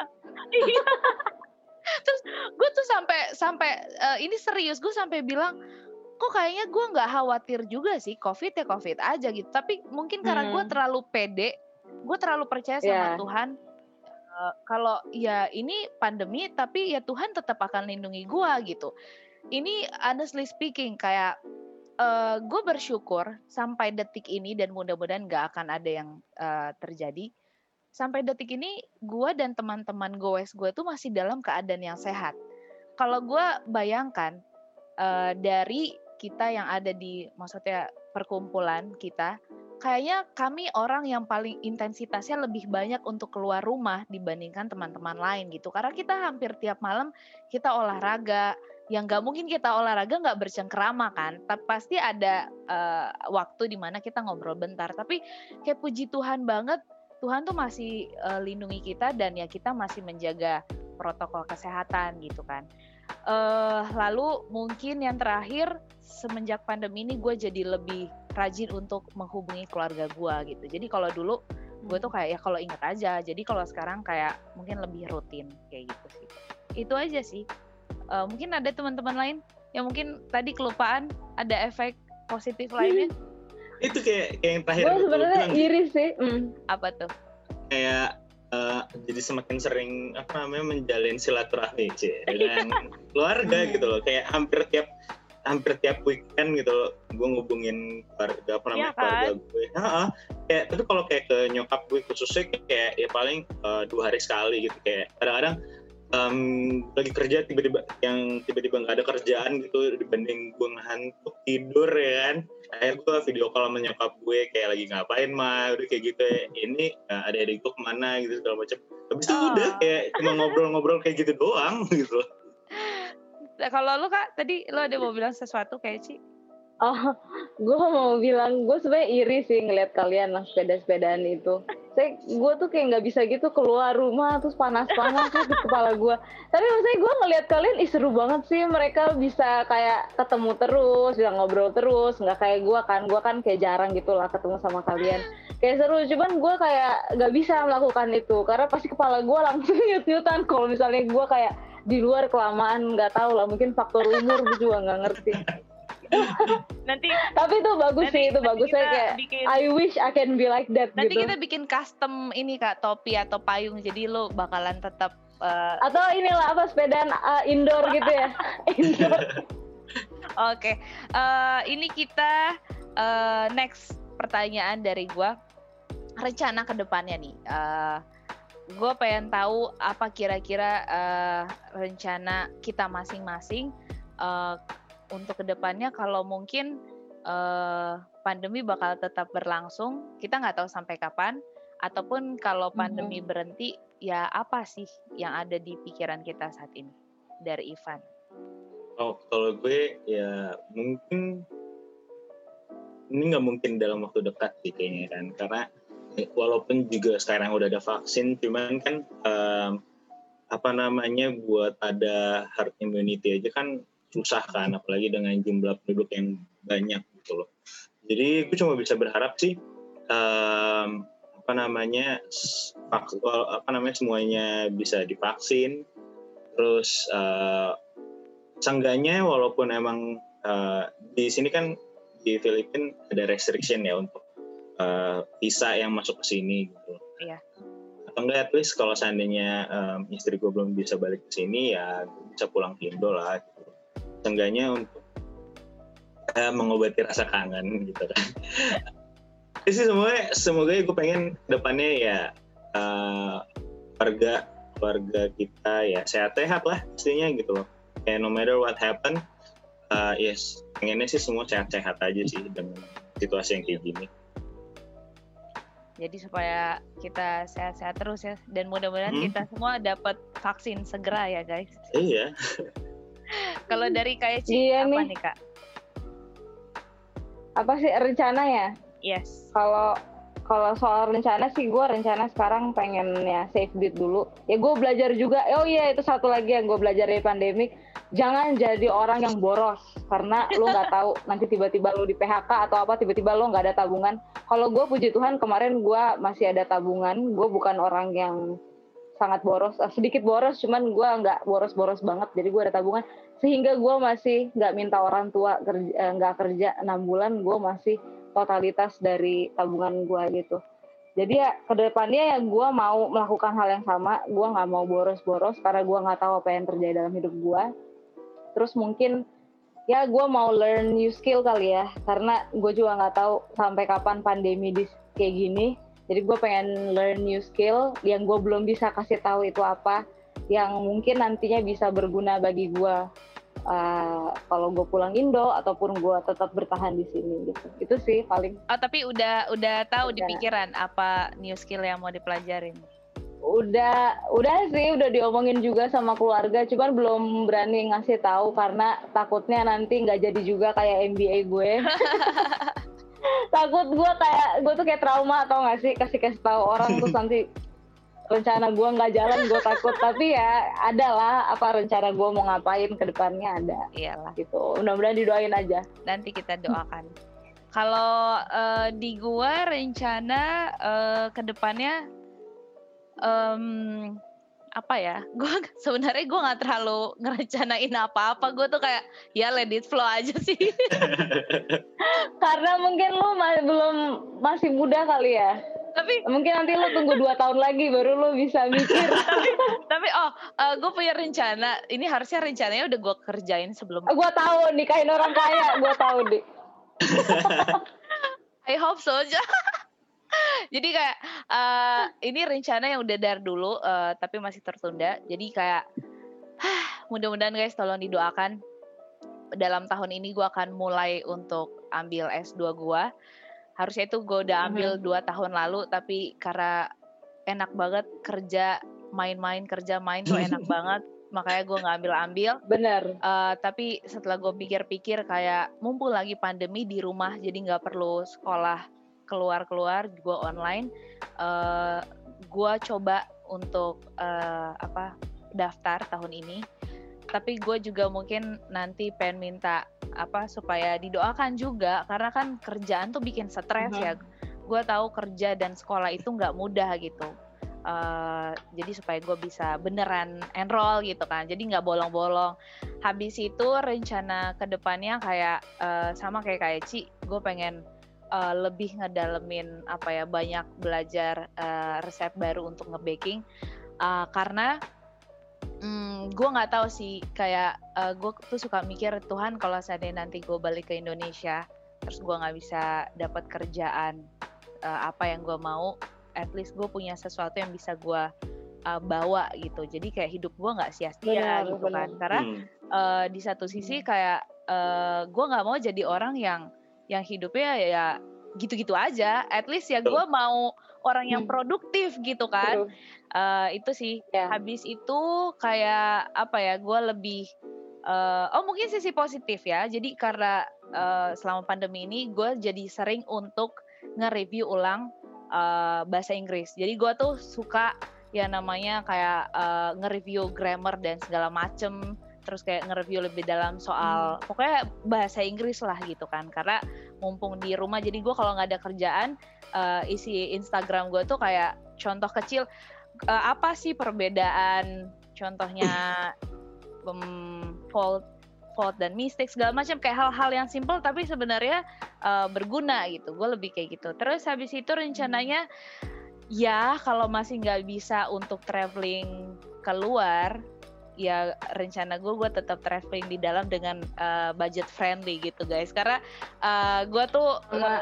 Terus gue tuh sampai ini serius, gue sampai bilang kok kayaknya gue nggak khawatir juga sih, COVID ya COVID aja gitu. Tapi mungkin karena gue terlalu pede, gue terlalu percaya sama Tuhan. Kalau ya ini pandemi tapi ya Tuhan tetap akan lindungi gue gitu. Ini honestly speaking kayak gue bersyukur sampai detik ini dan mudah-mudahan gak akan ada yang terjadi. Sampai detik ini gue dan teman-teman goes gue tuh masih dalam keadaan yang sehat. Kalau gue bayangkan dari kita yang ada di maksudnya perkumpulan kita, kayaknya kami orang yang paling intensitasnya lebih banyak untuk keluar rumah dibandingkan teman-teman lain gitu. Karena kita hampir tiap malam kita olahraga. Yang gak mungkin kita olahraga gak bercengkerama kan. Tapi pasti ada waktu dimana kita ngobrol bentar. Tapi kayak puji Tuhan banget, Tuhan tuh masih lindungi kita dan ya kita masih menjaga protokol kesehatan gitu kan. Lalu mungkin yang terakhir, semenjak pandemi ini gue jadi lebih rajin untuk menghubungi keluarga gue gitu. Jadi kalau dulu gue tuh kayak ya kalau inget aja. Jadi kalau sekarang kayak mungkin lebih rutin kayak gitu sih. Itu aja sih. Mungkin ada teman-teman lain yang mungkin tadi kelupaan ada efek positif lainnya. Itu kayak yang terakhir. Gue sebenarnya iri sih. Apa tuh? Kayak jadi semakin sering menjalin silaturahmi dengan keluarga gitu loh. Kayak hampir tiap weekend gitu loh, gue ngubungin keluarga keluarga gue. Kayak tapi kalau kayak ke nyokap gue khususnya kayak ya paling 2 hari sekali gitu. Kayak kadang-kadang lagi kerja tiba-tiba nggak ada kerjaan gitu, dibanding gue ngantuk tidur ya kan. Akhirnya gue video call sama nyokap gue kayak lagi ngapain mah, udah kayak gitu ya. Ini adik-adik gue kemana gitu segala macam. Habis itu udah kayak cuma ngobrol-ngobrol kayak gitu doang gitu. Kalau lu Kak, tadi lu ada mau bilang sesuatu kayak Ci? Oh, gue mau bilang gue sebenarnya iri sih ngeliat kalian lah sepeda-sepedaan itu. Gue tuh kayak nggak bisa gitu keluar rumah terus panas-panas di kepala gue. Tapi maksudnya gue ngeliat kalian seru banget sih, mereka bisa kayak ketemu terus, bisa ngobrol terus, nggak kayak gue kan kayak jarang gitu lah ketemu sama kalian. Kayak seru, cuman gue kayak nggak bisa melakukan itu karena pasti kepala gue langsung nyut-nyutan kalau misalnya gue kayak di luar kelamaan, nggak tahu lah, mungkin faktor umur gue juga nggak ngerti. Tapi itu bagus sih, itu bagusnya kayak I wish I can be like that nanti gitu. Kita bikin custom ini Kak, topi atau payung, jadi lo bakalan tetap atau inilah sepedaan indoor gitu ya. Indoor. Oke, ini kita next pertanyaan dari gua. Rencana kedepannya nih, gue pengen tahu apa kira-kira rencana kita masing-masing untuk kedepannya. Kalau mungkin pandemi bakal tetap berlangsung, kita nggak tahu sampai kapan. Ataupun kalau pandemi berhenti, ya apa sih yang ada di pikiran kita saat ini? Dari Ivan. Oh, kalau gue ya mungkin ini nggak mungkin dalam waktu dekat sih kayaknya kan, karena walaupun juga sekarang udah ada vaksin, cuman kan buat ada herd immunity aja kan susah kan, apalagi dengan jumlah penduduk yang banyak gitu loh. Jadi gue cuma bisa berharap sih semuanya bisa divaksin, terus seenggaknya walaupun emang di sini kan di Filipina ada restriction ya untuk visa yang masuk ke sini gitu. Iya. Atau enggak, at least kalau seandainya istri gue belum bisa balik ke sini, ya bisa pulang ke Indo lah gitu. Seenggaknya untuk mengobati rasa kangen gitu kan. Jadi semoga gue pengen depannya ya keluarga kita ya sehat-sehat lah pastinya gitu loh. Kayak no matter what happen, pengennya sih semua sehat-sehat aja sih dengan situasi yang kayak gini. Jadi supaya kita sehat-sehat terus ya, dan mudah-mudahan kita semua dapat vaksin segera ya guys. Iya. Kalau dari Kak Eci, apa nih Kak? Apa sih rencananya? Yes. Kalau soal rencana sih, gue rencana sekarang pengen ya save duit dulu. Ya gue belajar juga. Oh iya, itu satu lagi yang gue belajar dari pandemik. Jangan jadi orang yang boros, karena lu nggak tahu nanti tiba-tiba lu di PHK atau apa, tiba-tiba lu nggak ada tabungan. Kalau gue puji Tuhan kemarin gue masih ada tabungan. Gue bukan orang yang sangat boros, sedikit boros, cuman gue nggak boros-boros banget. Jadi gue ada tabungan sehingga gue masih nggak minta orang tua nggak kerja 6 bulan, gue masih totalitas dari tabungan gue gitu. Jadi ya kedepannya ya gue mau melakukan hal yang sama. Gue nggak mau boros-boros karena gue nggak tahu apa yang terjadi dalam hidup gue. Terus mungkin ya gue mau learn new skill kali ya, karena gue juga nggak tahu sampai kapan pandemi kayak gini. Jadi gue pengen learn new skill yang gue belum bisa kasih tahu itu apa, yang mungkin nantinya bisa berguna bagi gue kalau gue pulang Indo ataupun gue tetap bertahan di sini gitu. Itu sih paling. Oh, tapi udah tahu di pikiran apa new skill yang mau dipelajarin? Udah sih, udah diomongin juga sama keluarga, cuman belum berani ngasih tahu karena takutnya nanti nggak jadi juga kayak MBA gue. Takut gue tuh kayak trauma, atau nggak sih kasih tahu orang terus nanti rencana gue nggak jalan, gue takut. Tapi ya adalah apa rencana gue mau ngapain ke depannya ada. Iyalah. Gitu. Mudah-mudahan didoain aja. Nanti kita doakan. Kalau di gue rencana ke depannya apa ya? Gue sebenarnya nggak terlalu ngerencanain apa-apa. Gue tuh kayak ya let it flow aja sih. Karena mungkin lu masih muda kali ya. Tapi mungkin nanti lu tunggu 2 tahun lagi baru lu bisa mikir. tapi gue punya rencana. Ini harusnya rencananya udah gue kerjain sebelum. Gue tahu nikahin orang kaya, gue tahu deh. I hope so aja. Jadi kayak ini rencana yang udah dari dulu tapi masih tertunda. Jadi kayak mudah-mudahan guys tolong didoakan. Dalam tahun ini gue akan mulai untuk ambil S2 gue. Harusnya itu gue udah ambil 2 tahun lalu, tapi karena enak banget kerja main tuh enak banget, makanya gue nggak ambil. Bener. Tapi setelah gue pikir-pikir kayak mumpung lagi pandemi di rumah, jadi nggak perlu sekolah keluar gue online. Gue coba untuk daftar tahun ini. Tapi gue juga mungkin nanti pengen minta supaya didoakan juga, karena kan kerjaan tuh bikin stres ya. Gue tahu kerja dan sekolah itu nggak mudah gitu. Jadi supaya gue bisa beneran enroll gitu kan, jadi nggak bolong-bolong. Habis itu rencana kedepannya kayak sama kayak Kak Eci, gue pengen lebih ngedalemin banyak belajar resep baru untuk nge-baking, karena Gue nggak tahu sih, kayak gue tuh suka mikir, Tuhan kalau seandainya nanti gue balik ke Indonesia terus gue nggak bisa dapat kerjaan apa yang gue mau, at least gue punya sesuatu yang bisa gue bawa gitu, jadi kayak hidup gue nggak sia-sia gitu kan. Karena di satu sisi kayak gue nggak mau jadi orang yang hidupnya ya gitu-gitu aja, at least ya gue mau orang yang produktif gitu kan. Itu sih. Habis itu kayak apa ya, gue lebih mungkin sisi positif ya, jadi karena selama pandemi ini gue jadi sering untuk nge-review ulang bahasa Inggris. Jadi gue tuh suka ya namanya kayak nge-review grammar dan segala macem, terus kayak nge-review lebih dalam soal pokoknya bahasa Inggris lah gitu kan. Karena mumpung di rumah, jadi gue kalau nggak ada kerjaan, isi Instagram gue tuh kayak contoh kecil, apa sih perbedaan contohnya fault dan mistake segala macam, kayak hal-hal yang simple tapi sebenarnya berguna gitu. Gue lebih kayak gitu. Terus habis itu rencananya ya kalau masih nggak bisa untuk traveling keluar, ya rencana gue tetap traveling di dalam dengan budget friendly gitu guys. Karena gue tuh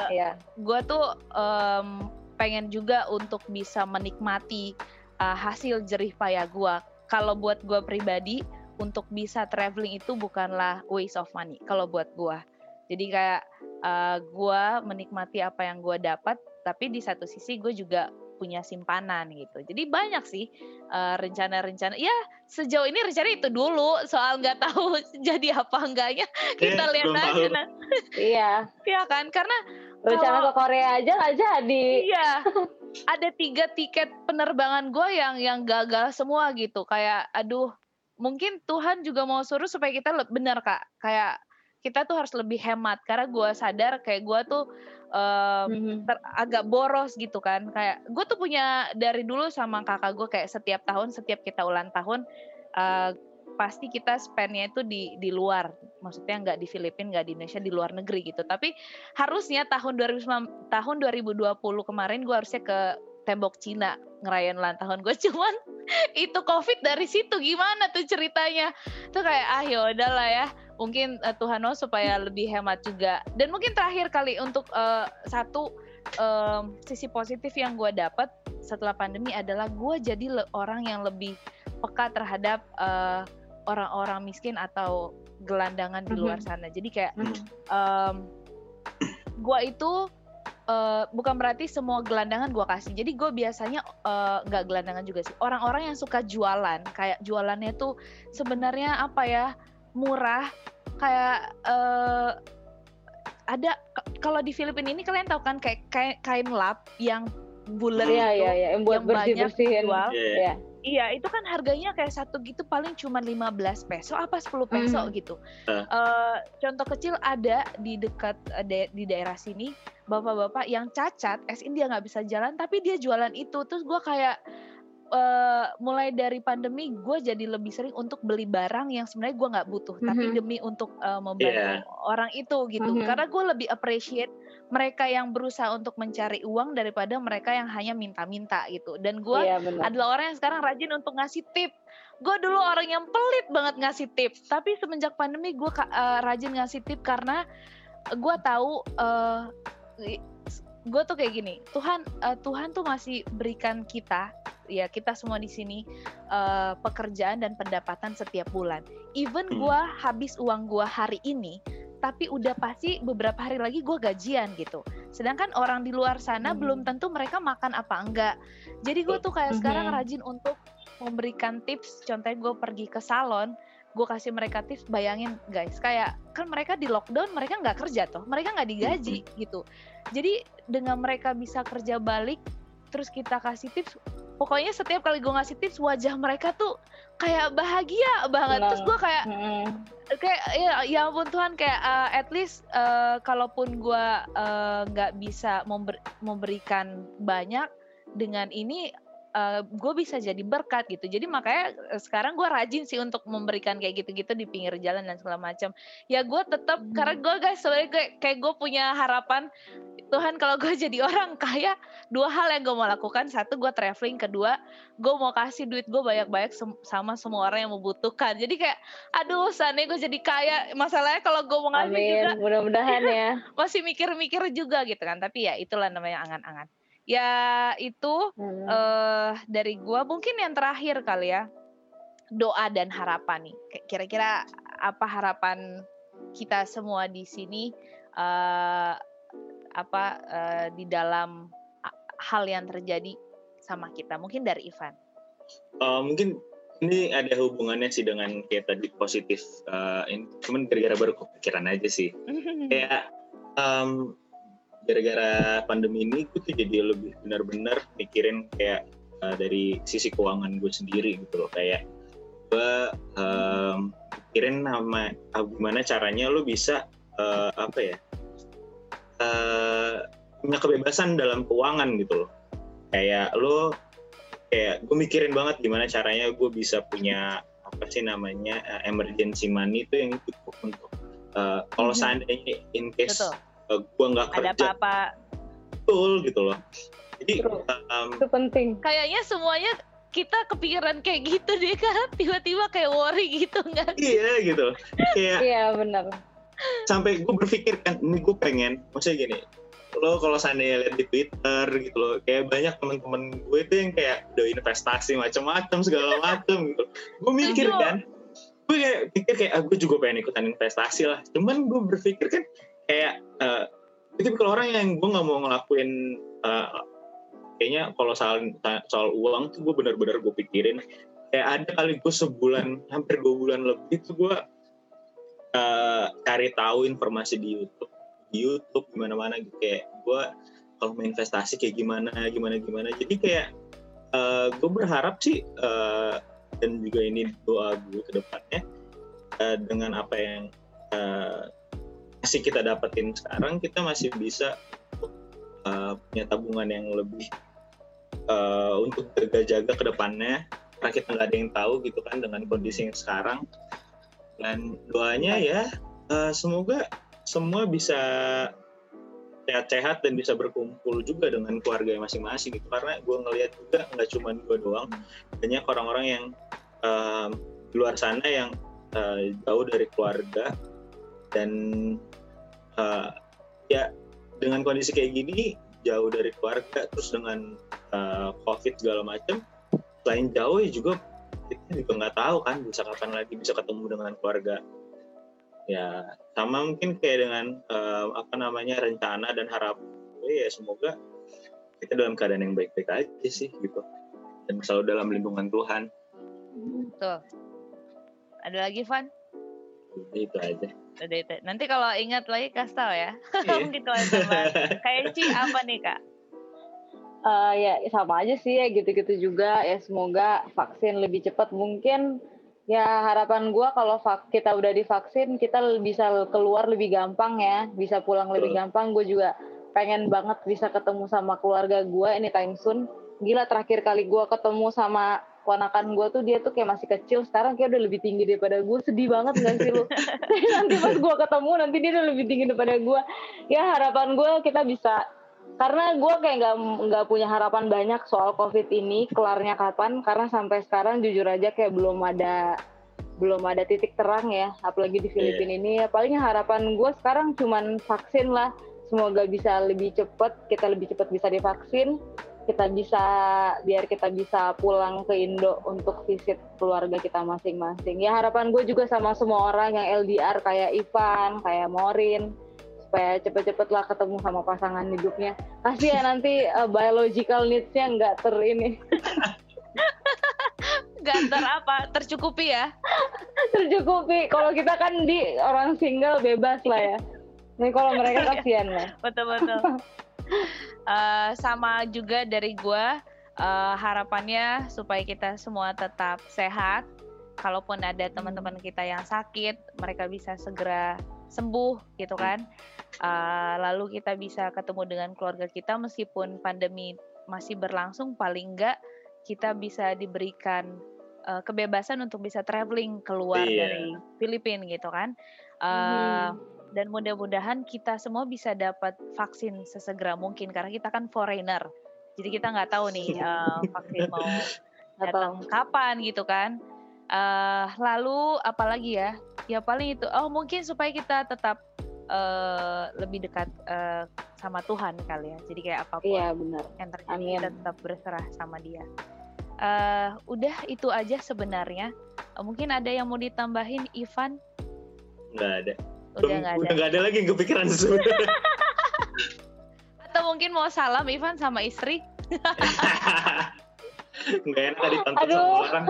pengen juga untuk bisa menikmati hasil jerih payah gue. Kalau buat gue pribadi, untuk bisa traveling itu bukanlah waste of money kalau buat gue. Jadi kayak gue menikmati apa yang gue dapat, tapi di satu sisi gue juga punya simpanan gitu. Jadi banyak sih rencana-rencana. Ya sejauh ini rencana itu dulu, soal nggak tahu jadi apa enggaknya. Kita lihat aja. Iya kan, karena rencana ke Korea aja nggak jadi. Iya. Ada 3 tiket penerbangan gue yang gagal semua gitu. Kayak aduh, mungkin Tuhan juga mau suruh supaya kita benar Kak, kayak kita tuh harus lebih hemat. Karena gue sadar kayak gue tuh agak boros gitu kan. Kayak gue tuh punya dari dulu sama kakak gue, kayak setiap tahun, setiap kita ulang tahun pasti kita spendnya itu di luar, maksudnya nggak di Filipina, nggak di Indonesia, di luar negeri gitu. Tapi harusnya tahun 2020 kemarin gue harusnya ke Tembok Cina ngerayain ulang tahun gue, cuman itu COVID dari situ. Gimana tuh ceritanya? Tuh kayak ya udahlah ya, mungkin Tuhan mau supaya lebih hemat juga. Dan mungkin terakhir kali untuk satu sisi positif yang gue dapat setelah pandemi adalah gue jadi orang yang lebih peka terhadap orang-orang miskin atau gelandangan di luar sana. Jadi kayak gue itu bukan berarti semua gelandangan gue kasih. Jadi gue biasanya nggak gelandangan juga sih, orang-orang yang suka jualan, kayak jualannya tuh sebenarnya apa ya, murah. Kayak ada kalau di Filipina ini kalian tahu kan, kayak kain lap yang bulat yang buat bersih-bersihin. Iya, itu kan harganya kayak satu gitu paling cuma 15 peso apa 10 peso gitu. Contoh kecil ada di dekat di daerah sini, bapak-bapak yang cacat, dia nggak bisa jalan tapi dia jualan itu. Terus gue kayak mulai dari pandemi gue jadi lebih sering untuk beli barang yang sebenarnya gue nggak butuh, tapi demi untuk membantu orang itu gitu. Karena gue lebih appreciate mereka yang berusaha untuk mencari uang daripada mereka yang hanya minta-minta gitu. Dan gue adalah orang yang sekarang rajin untuk ngasih tip. Gue dulu orang yang pelit banget ngasih tip, tapi semenjak pandemi gue rajin ngasih tip karena gue tahu gue tuh kayak gini, Tuhan tuh masih berikan kita, ya kita semua di sini pekerjaan dan pendapatan setiap bulan. Even gue habis uang gue hari ini, tapi udah pasti beberapa hari lagi gue gajian gitu. Sedangkan orang di luar sana belum tentu mereka makan apa enggak. Jadi gue tuh kayak sekarang rajin untuk memberikan tips. Contohnya gue pergi ke salon, gue kasih mereka tips. Bayangin guys, kayak kan mereka di lockdown, mereka nggak kerja toh, mereka nggak digaji gitu. Jadi dengan mereka bisa kerja balik, terus kita kasih tips. Pokoknya setiap kali gue ngasih tips, wajah mereka tuh kayak bahagia banget. Terus gue kayak ya ampun Tuhan, kayak at least kalaupun gue nggak bisa memberikan banyak, dengan ini gue bisa jadi berkat gitu. Jadi makanya sekarang gue rajin sih untuk memberikan kayak gitu-gitu di pinggir jalan dan segala macam. Ya gue tetap karena gue guys sebenarnya kayak gue punya harapan Tuhan kalau gue jadi orang kaya, 2 hal yang gue mau lakukan. 1, gue traveling. 2, gue mau kasih duit gue banyak-banyak sama semua orang yang membutuhkan. Jadi kayak aduh seandainya gue jadi kaya, masalahnya kalau gue mau ngasih Amin, juga mudah-mudahan ya. masih mikir-mikir juga gitu kan. Tapi ya itulah namanya angan-angan. Ya itu dari gua mungkin yang terakhir kali ya, doa dan harapan nih. Kira-kira apa harapan kita semua di sini di dalam hal yang terjadi sama kita? Mungkin dari Ivan. Mungkin ini ada hubungannya sih dengan kayak tadi positif. Cuman gara-gara baru kepikiran aja sih. Kayak gara-gara pandemi ini gue tuh jadi lebih benar-benar mikirin kayak dari sisi keuangan gue sendiri gitu loh. Kayak gue mikirin gimana caranya lo bisa punya kebebasan dalam keuangan gitu loh. Kayak gue mikirin banget gimana caranya gue bisa punya emergency money itu yang cukup untuk kalau seandainya in case gue nggak kerja, ada apa-apa, betul gitu loh. Jadi itu penting. Kayaknya semuanya kita kepikiran kayak gitu deh, karena tiba-tiba kayak worry gitu nggak? Iya gitu. Kayak iya benar. Sampai gue berpikir kan, ini gue pengen, maksudnya gini, lo kalau seandainya lihat di Twitter gitu loh, kayak banyak teman-teman gue itu yang kayak udah investasi macam-macam segala macam gitu. Gue mikir kan, gue kayak pikir kayak gue juga pengen ikutan investasi lah. Cuman gue berpikir kan kayak itu kalau orang yang gue nggak mau ngelakuin kayaknya kalau soal uang tuh gue benar-benar gue pikirin kayak ada kali gue sebulan hampir 2 bulan lebih tuh gue cari tahu informasi di YouTube gimana-mana gitu, kayak gue kalau mau investasi kayak gimana jadi kayak gue berharap sih dan juga ini doa gue ke depannya dengan apa yang masih kita dapetin sekarang, kita masih bisa punya tabungan yang lebih untuk jaga-jaga ke depannya, karena kita nggak ada yang tahu gitu kan dengan kondisi yang sekarang. Dan doanya ya semoga semua bisa sehat-sehat dan bisa berkumpul juga dengan keluarga masing-masing gitu, karena gue ngelihat juga nggak cuma gue doang, banyak orang-orang yang di luar sana yang jauh dari keluarga dan ya dengan kondisi kayak gini jauh dari keluarga terus dengan COVID segala macam, selain jauh ya juga kita juga nggak tahu kan bisa kapan lagi bisa ketemu dengan keluarga. Ya sama mungkin kayak dengan rencana dan harapan ya semoga kita dalam keadaan yang baik-baik aja sih gitu dan selalu dalam lindungan Tuhan. Tuh. Ada lagi Van? Itu aja. Udah itu. Nanti kalau ingat lagi kasih tau ya. Mungkin teman-teman. Kayak Ci apa nih Kak? Ya sama aja sih ya gitu-gitu juga ya, semoga vaksin lebih cepat mungkin. Ya harapan gue kalau kita udah divaksin kita bisa keluar lebih gampang ya, bisa pulang lebih gampang. Gue juga pengen banget bisa ketemu sama keluarga gue anytime soon. Gila terakhir kali gue ketemu sama ponakan gue tuh dia tuh kayak masih kecil, sekarang kayak udah lebih tinggi daripada gue. Sedih banget gak sih lu? Nanti pas gue ketemu nanti dia udah lebih tinggi daripada gue. Ya harapan gue kita bisa, karena gue kayak nggak punya harapan banyak soal COVID ini kelarnya kapan, karena sampai sekarang jujur aja kayak belum ada titik terang ya, apalagi di Filipina ini. Paling harapan gue sekarang cuman vaksin lah, semoga bisa lebih cepat, kita lebih cepat bisa divaksin, biar kita bisa pulang ke Indo untuk visit keluarga kita masing-masing. Ya harapan gue juga sama semua orang yang LDR kayak Ivan, kayak Morin, supaya cepet-cepet lah ketemu sama pasangan hidupnya. Kasihan nanti biological needs-nya nggak tercukupi ya? Tercukupi. Kalau kita kan di orang single bebas lah ya. Ini kalau mereka kasihan lah. Betul. Sama juga dari gue, harapannya supaya kita semua tetap sehat. Kalaupun ada teman-teman kita yang sakit, mereka bisa segera sembuh gitu kan. Lalu kita bisa ketemu dengan keluarga kita meskipun pandemi masih berlangsung, paling enggak kita bisa diberikan kebebasan untuk bisa traveling keluar dari Filipina gitu kan. Dan mudah-mudahan kita semua bisa dapat vaksin sesegera mungkin karena kita kan foreigner. Jadi kita nggak tahu nih vaksin mau datang kapan gitu kan. Lalu apalagi ya? Ya paling itu. Oh mungkin supaya kita tetap lebih dekat sama Tuhan kali ya. Jadi kayak apapun yang terjadi kita tetap berserah sama Dia. Udah itu aja sebenarnya. Mungkin ada yang mau ditambahin, Ivan? Nggak ada. Udah nggak ada lagi yang kepikiran sebenarnya. Atau mungkin mau salam Ivan sama istri? Nggak enak ditonton sama orang.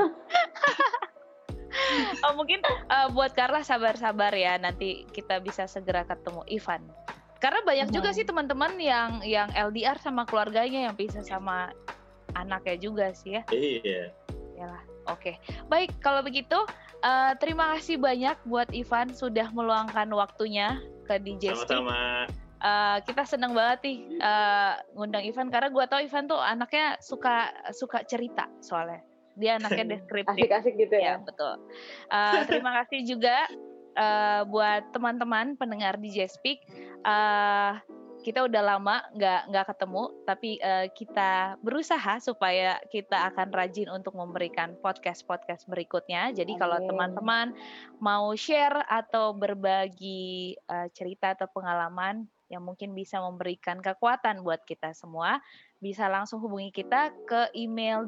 Mungkin buat Carla sabar-sabar ya, nanti kita bisa segera ketemu Ivan. Karena banyak juga sih teman-teman yang LDR sama keluarganya, yang pisah sama anaknya juga sih ya. Iya. Yalah, oke. Baik, kalau begitu terima kasih banyak buat Ivan sudah meluangkan waktunya ke DJ Speak. Sama-sama. Kita senang banget nih ngundang Ivan karena gue tau Ivan tuh anaknya suka cerita soalnya. Dia anaknya deskriptif. Asik-asik gitu ya. Ya, betul. Terima kasih juga buat teman-teman pendengar DJ Speak. Kita udah lama nggak ketemu, tapi kita berusaha supaya kita akan rajin untuk memberikan podcast berikutnya. Jadi kalau teman-teman mau share atau berbagi cerita atau pengalaman yang mungkin bisa memberikan kekuatan buat kita semua, bisa langsung hubungi kita ke email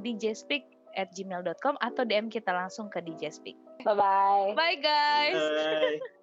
djspeak@gmail.com atau DM kita langsung ke DJ Speak. Bye-bye. Bye guys. Bye.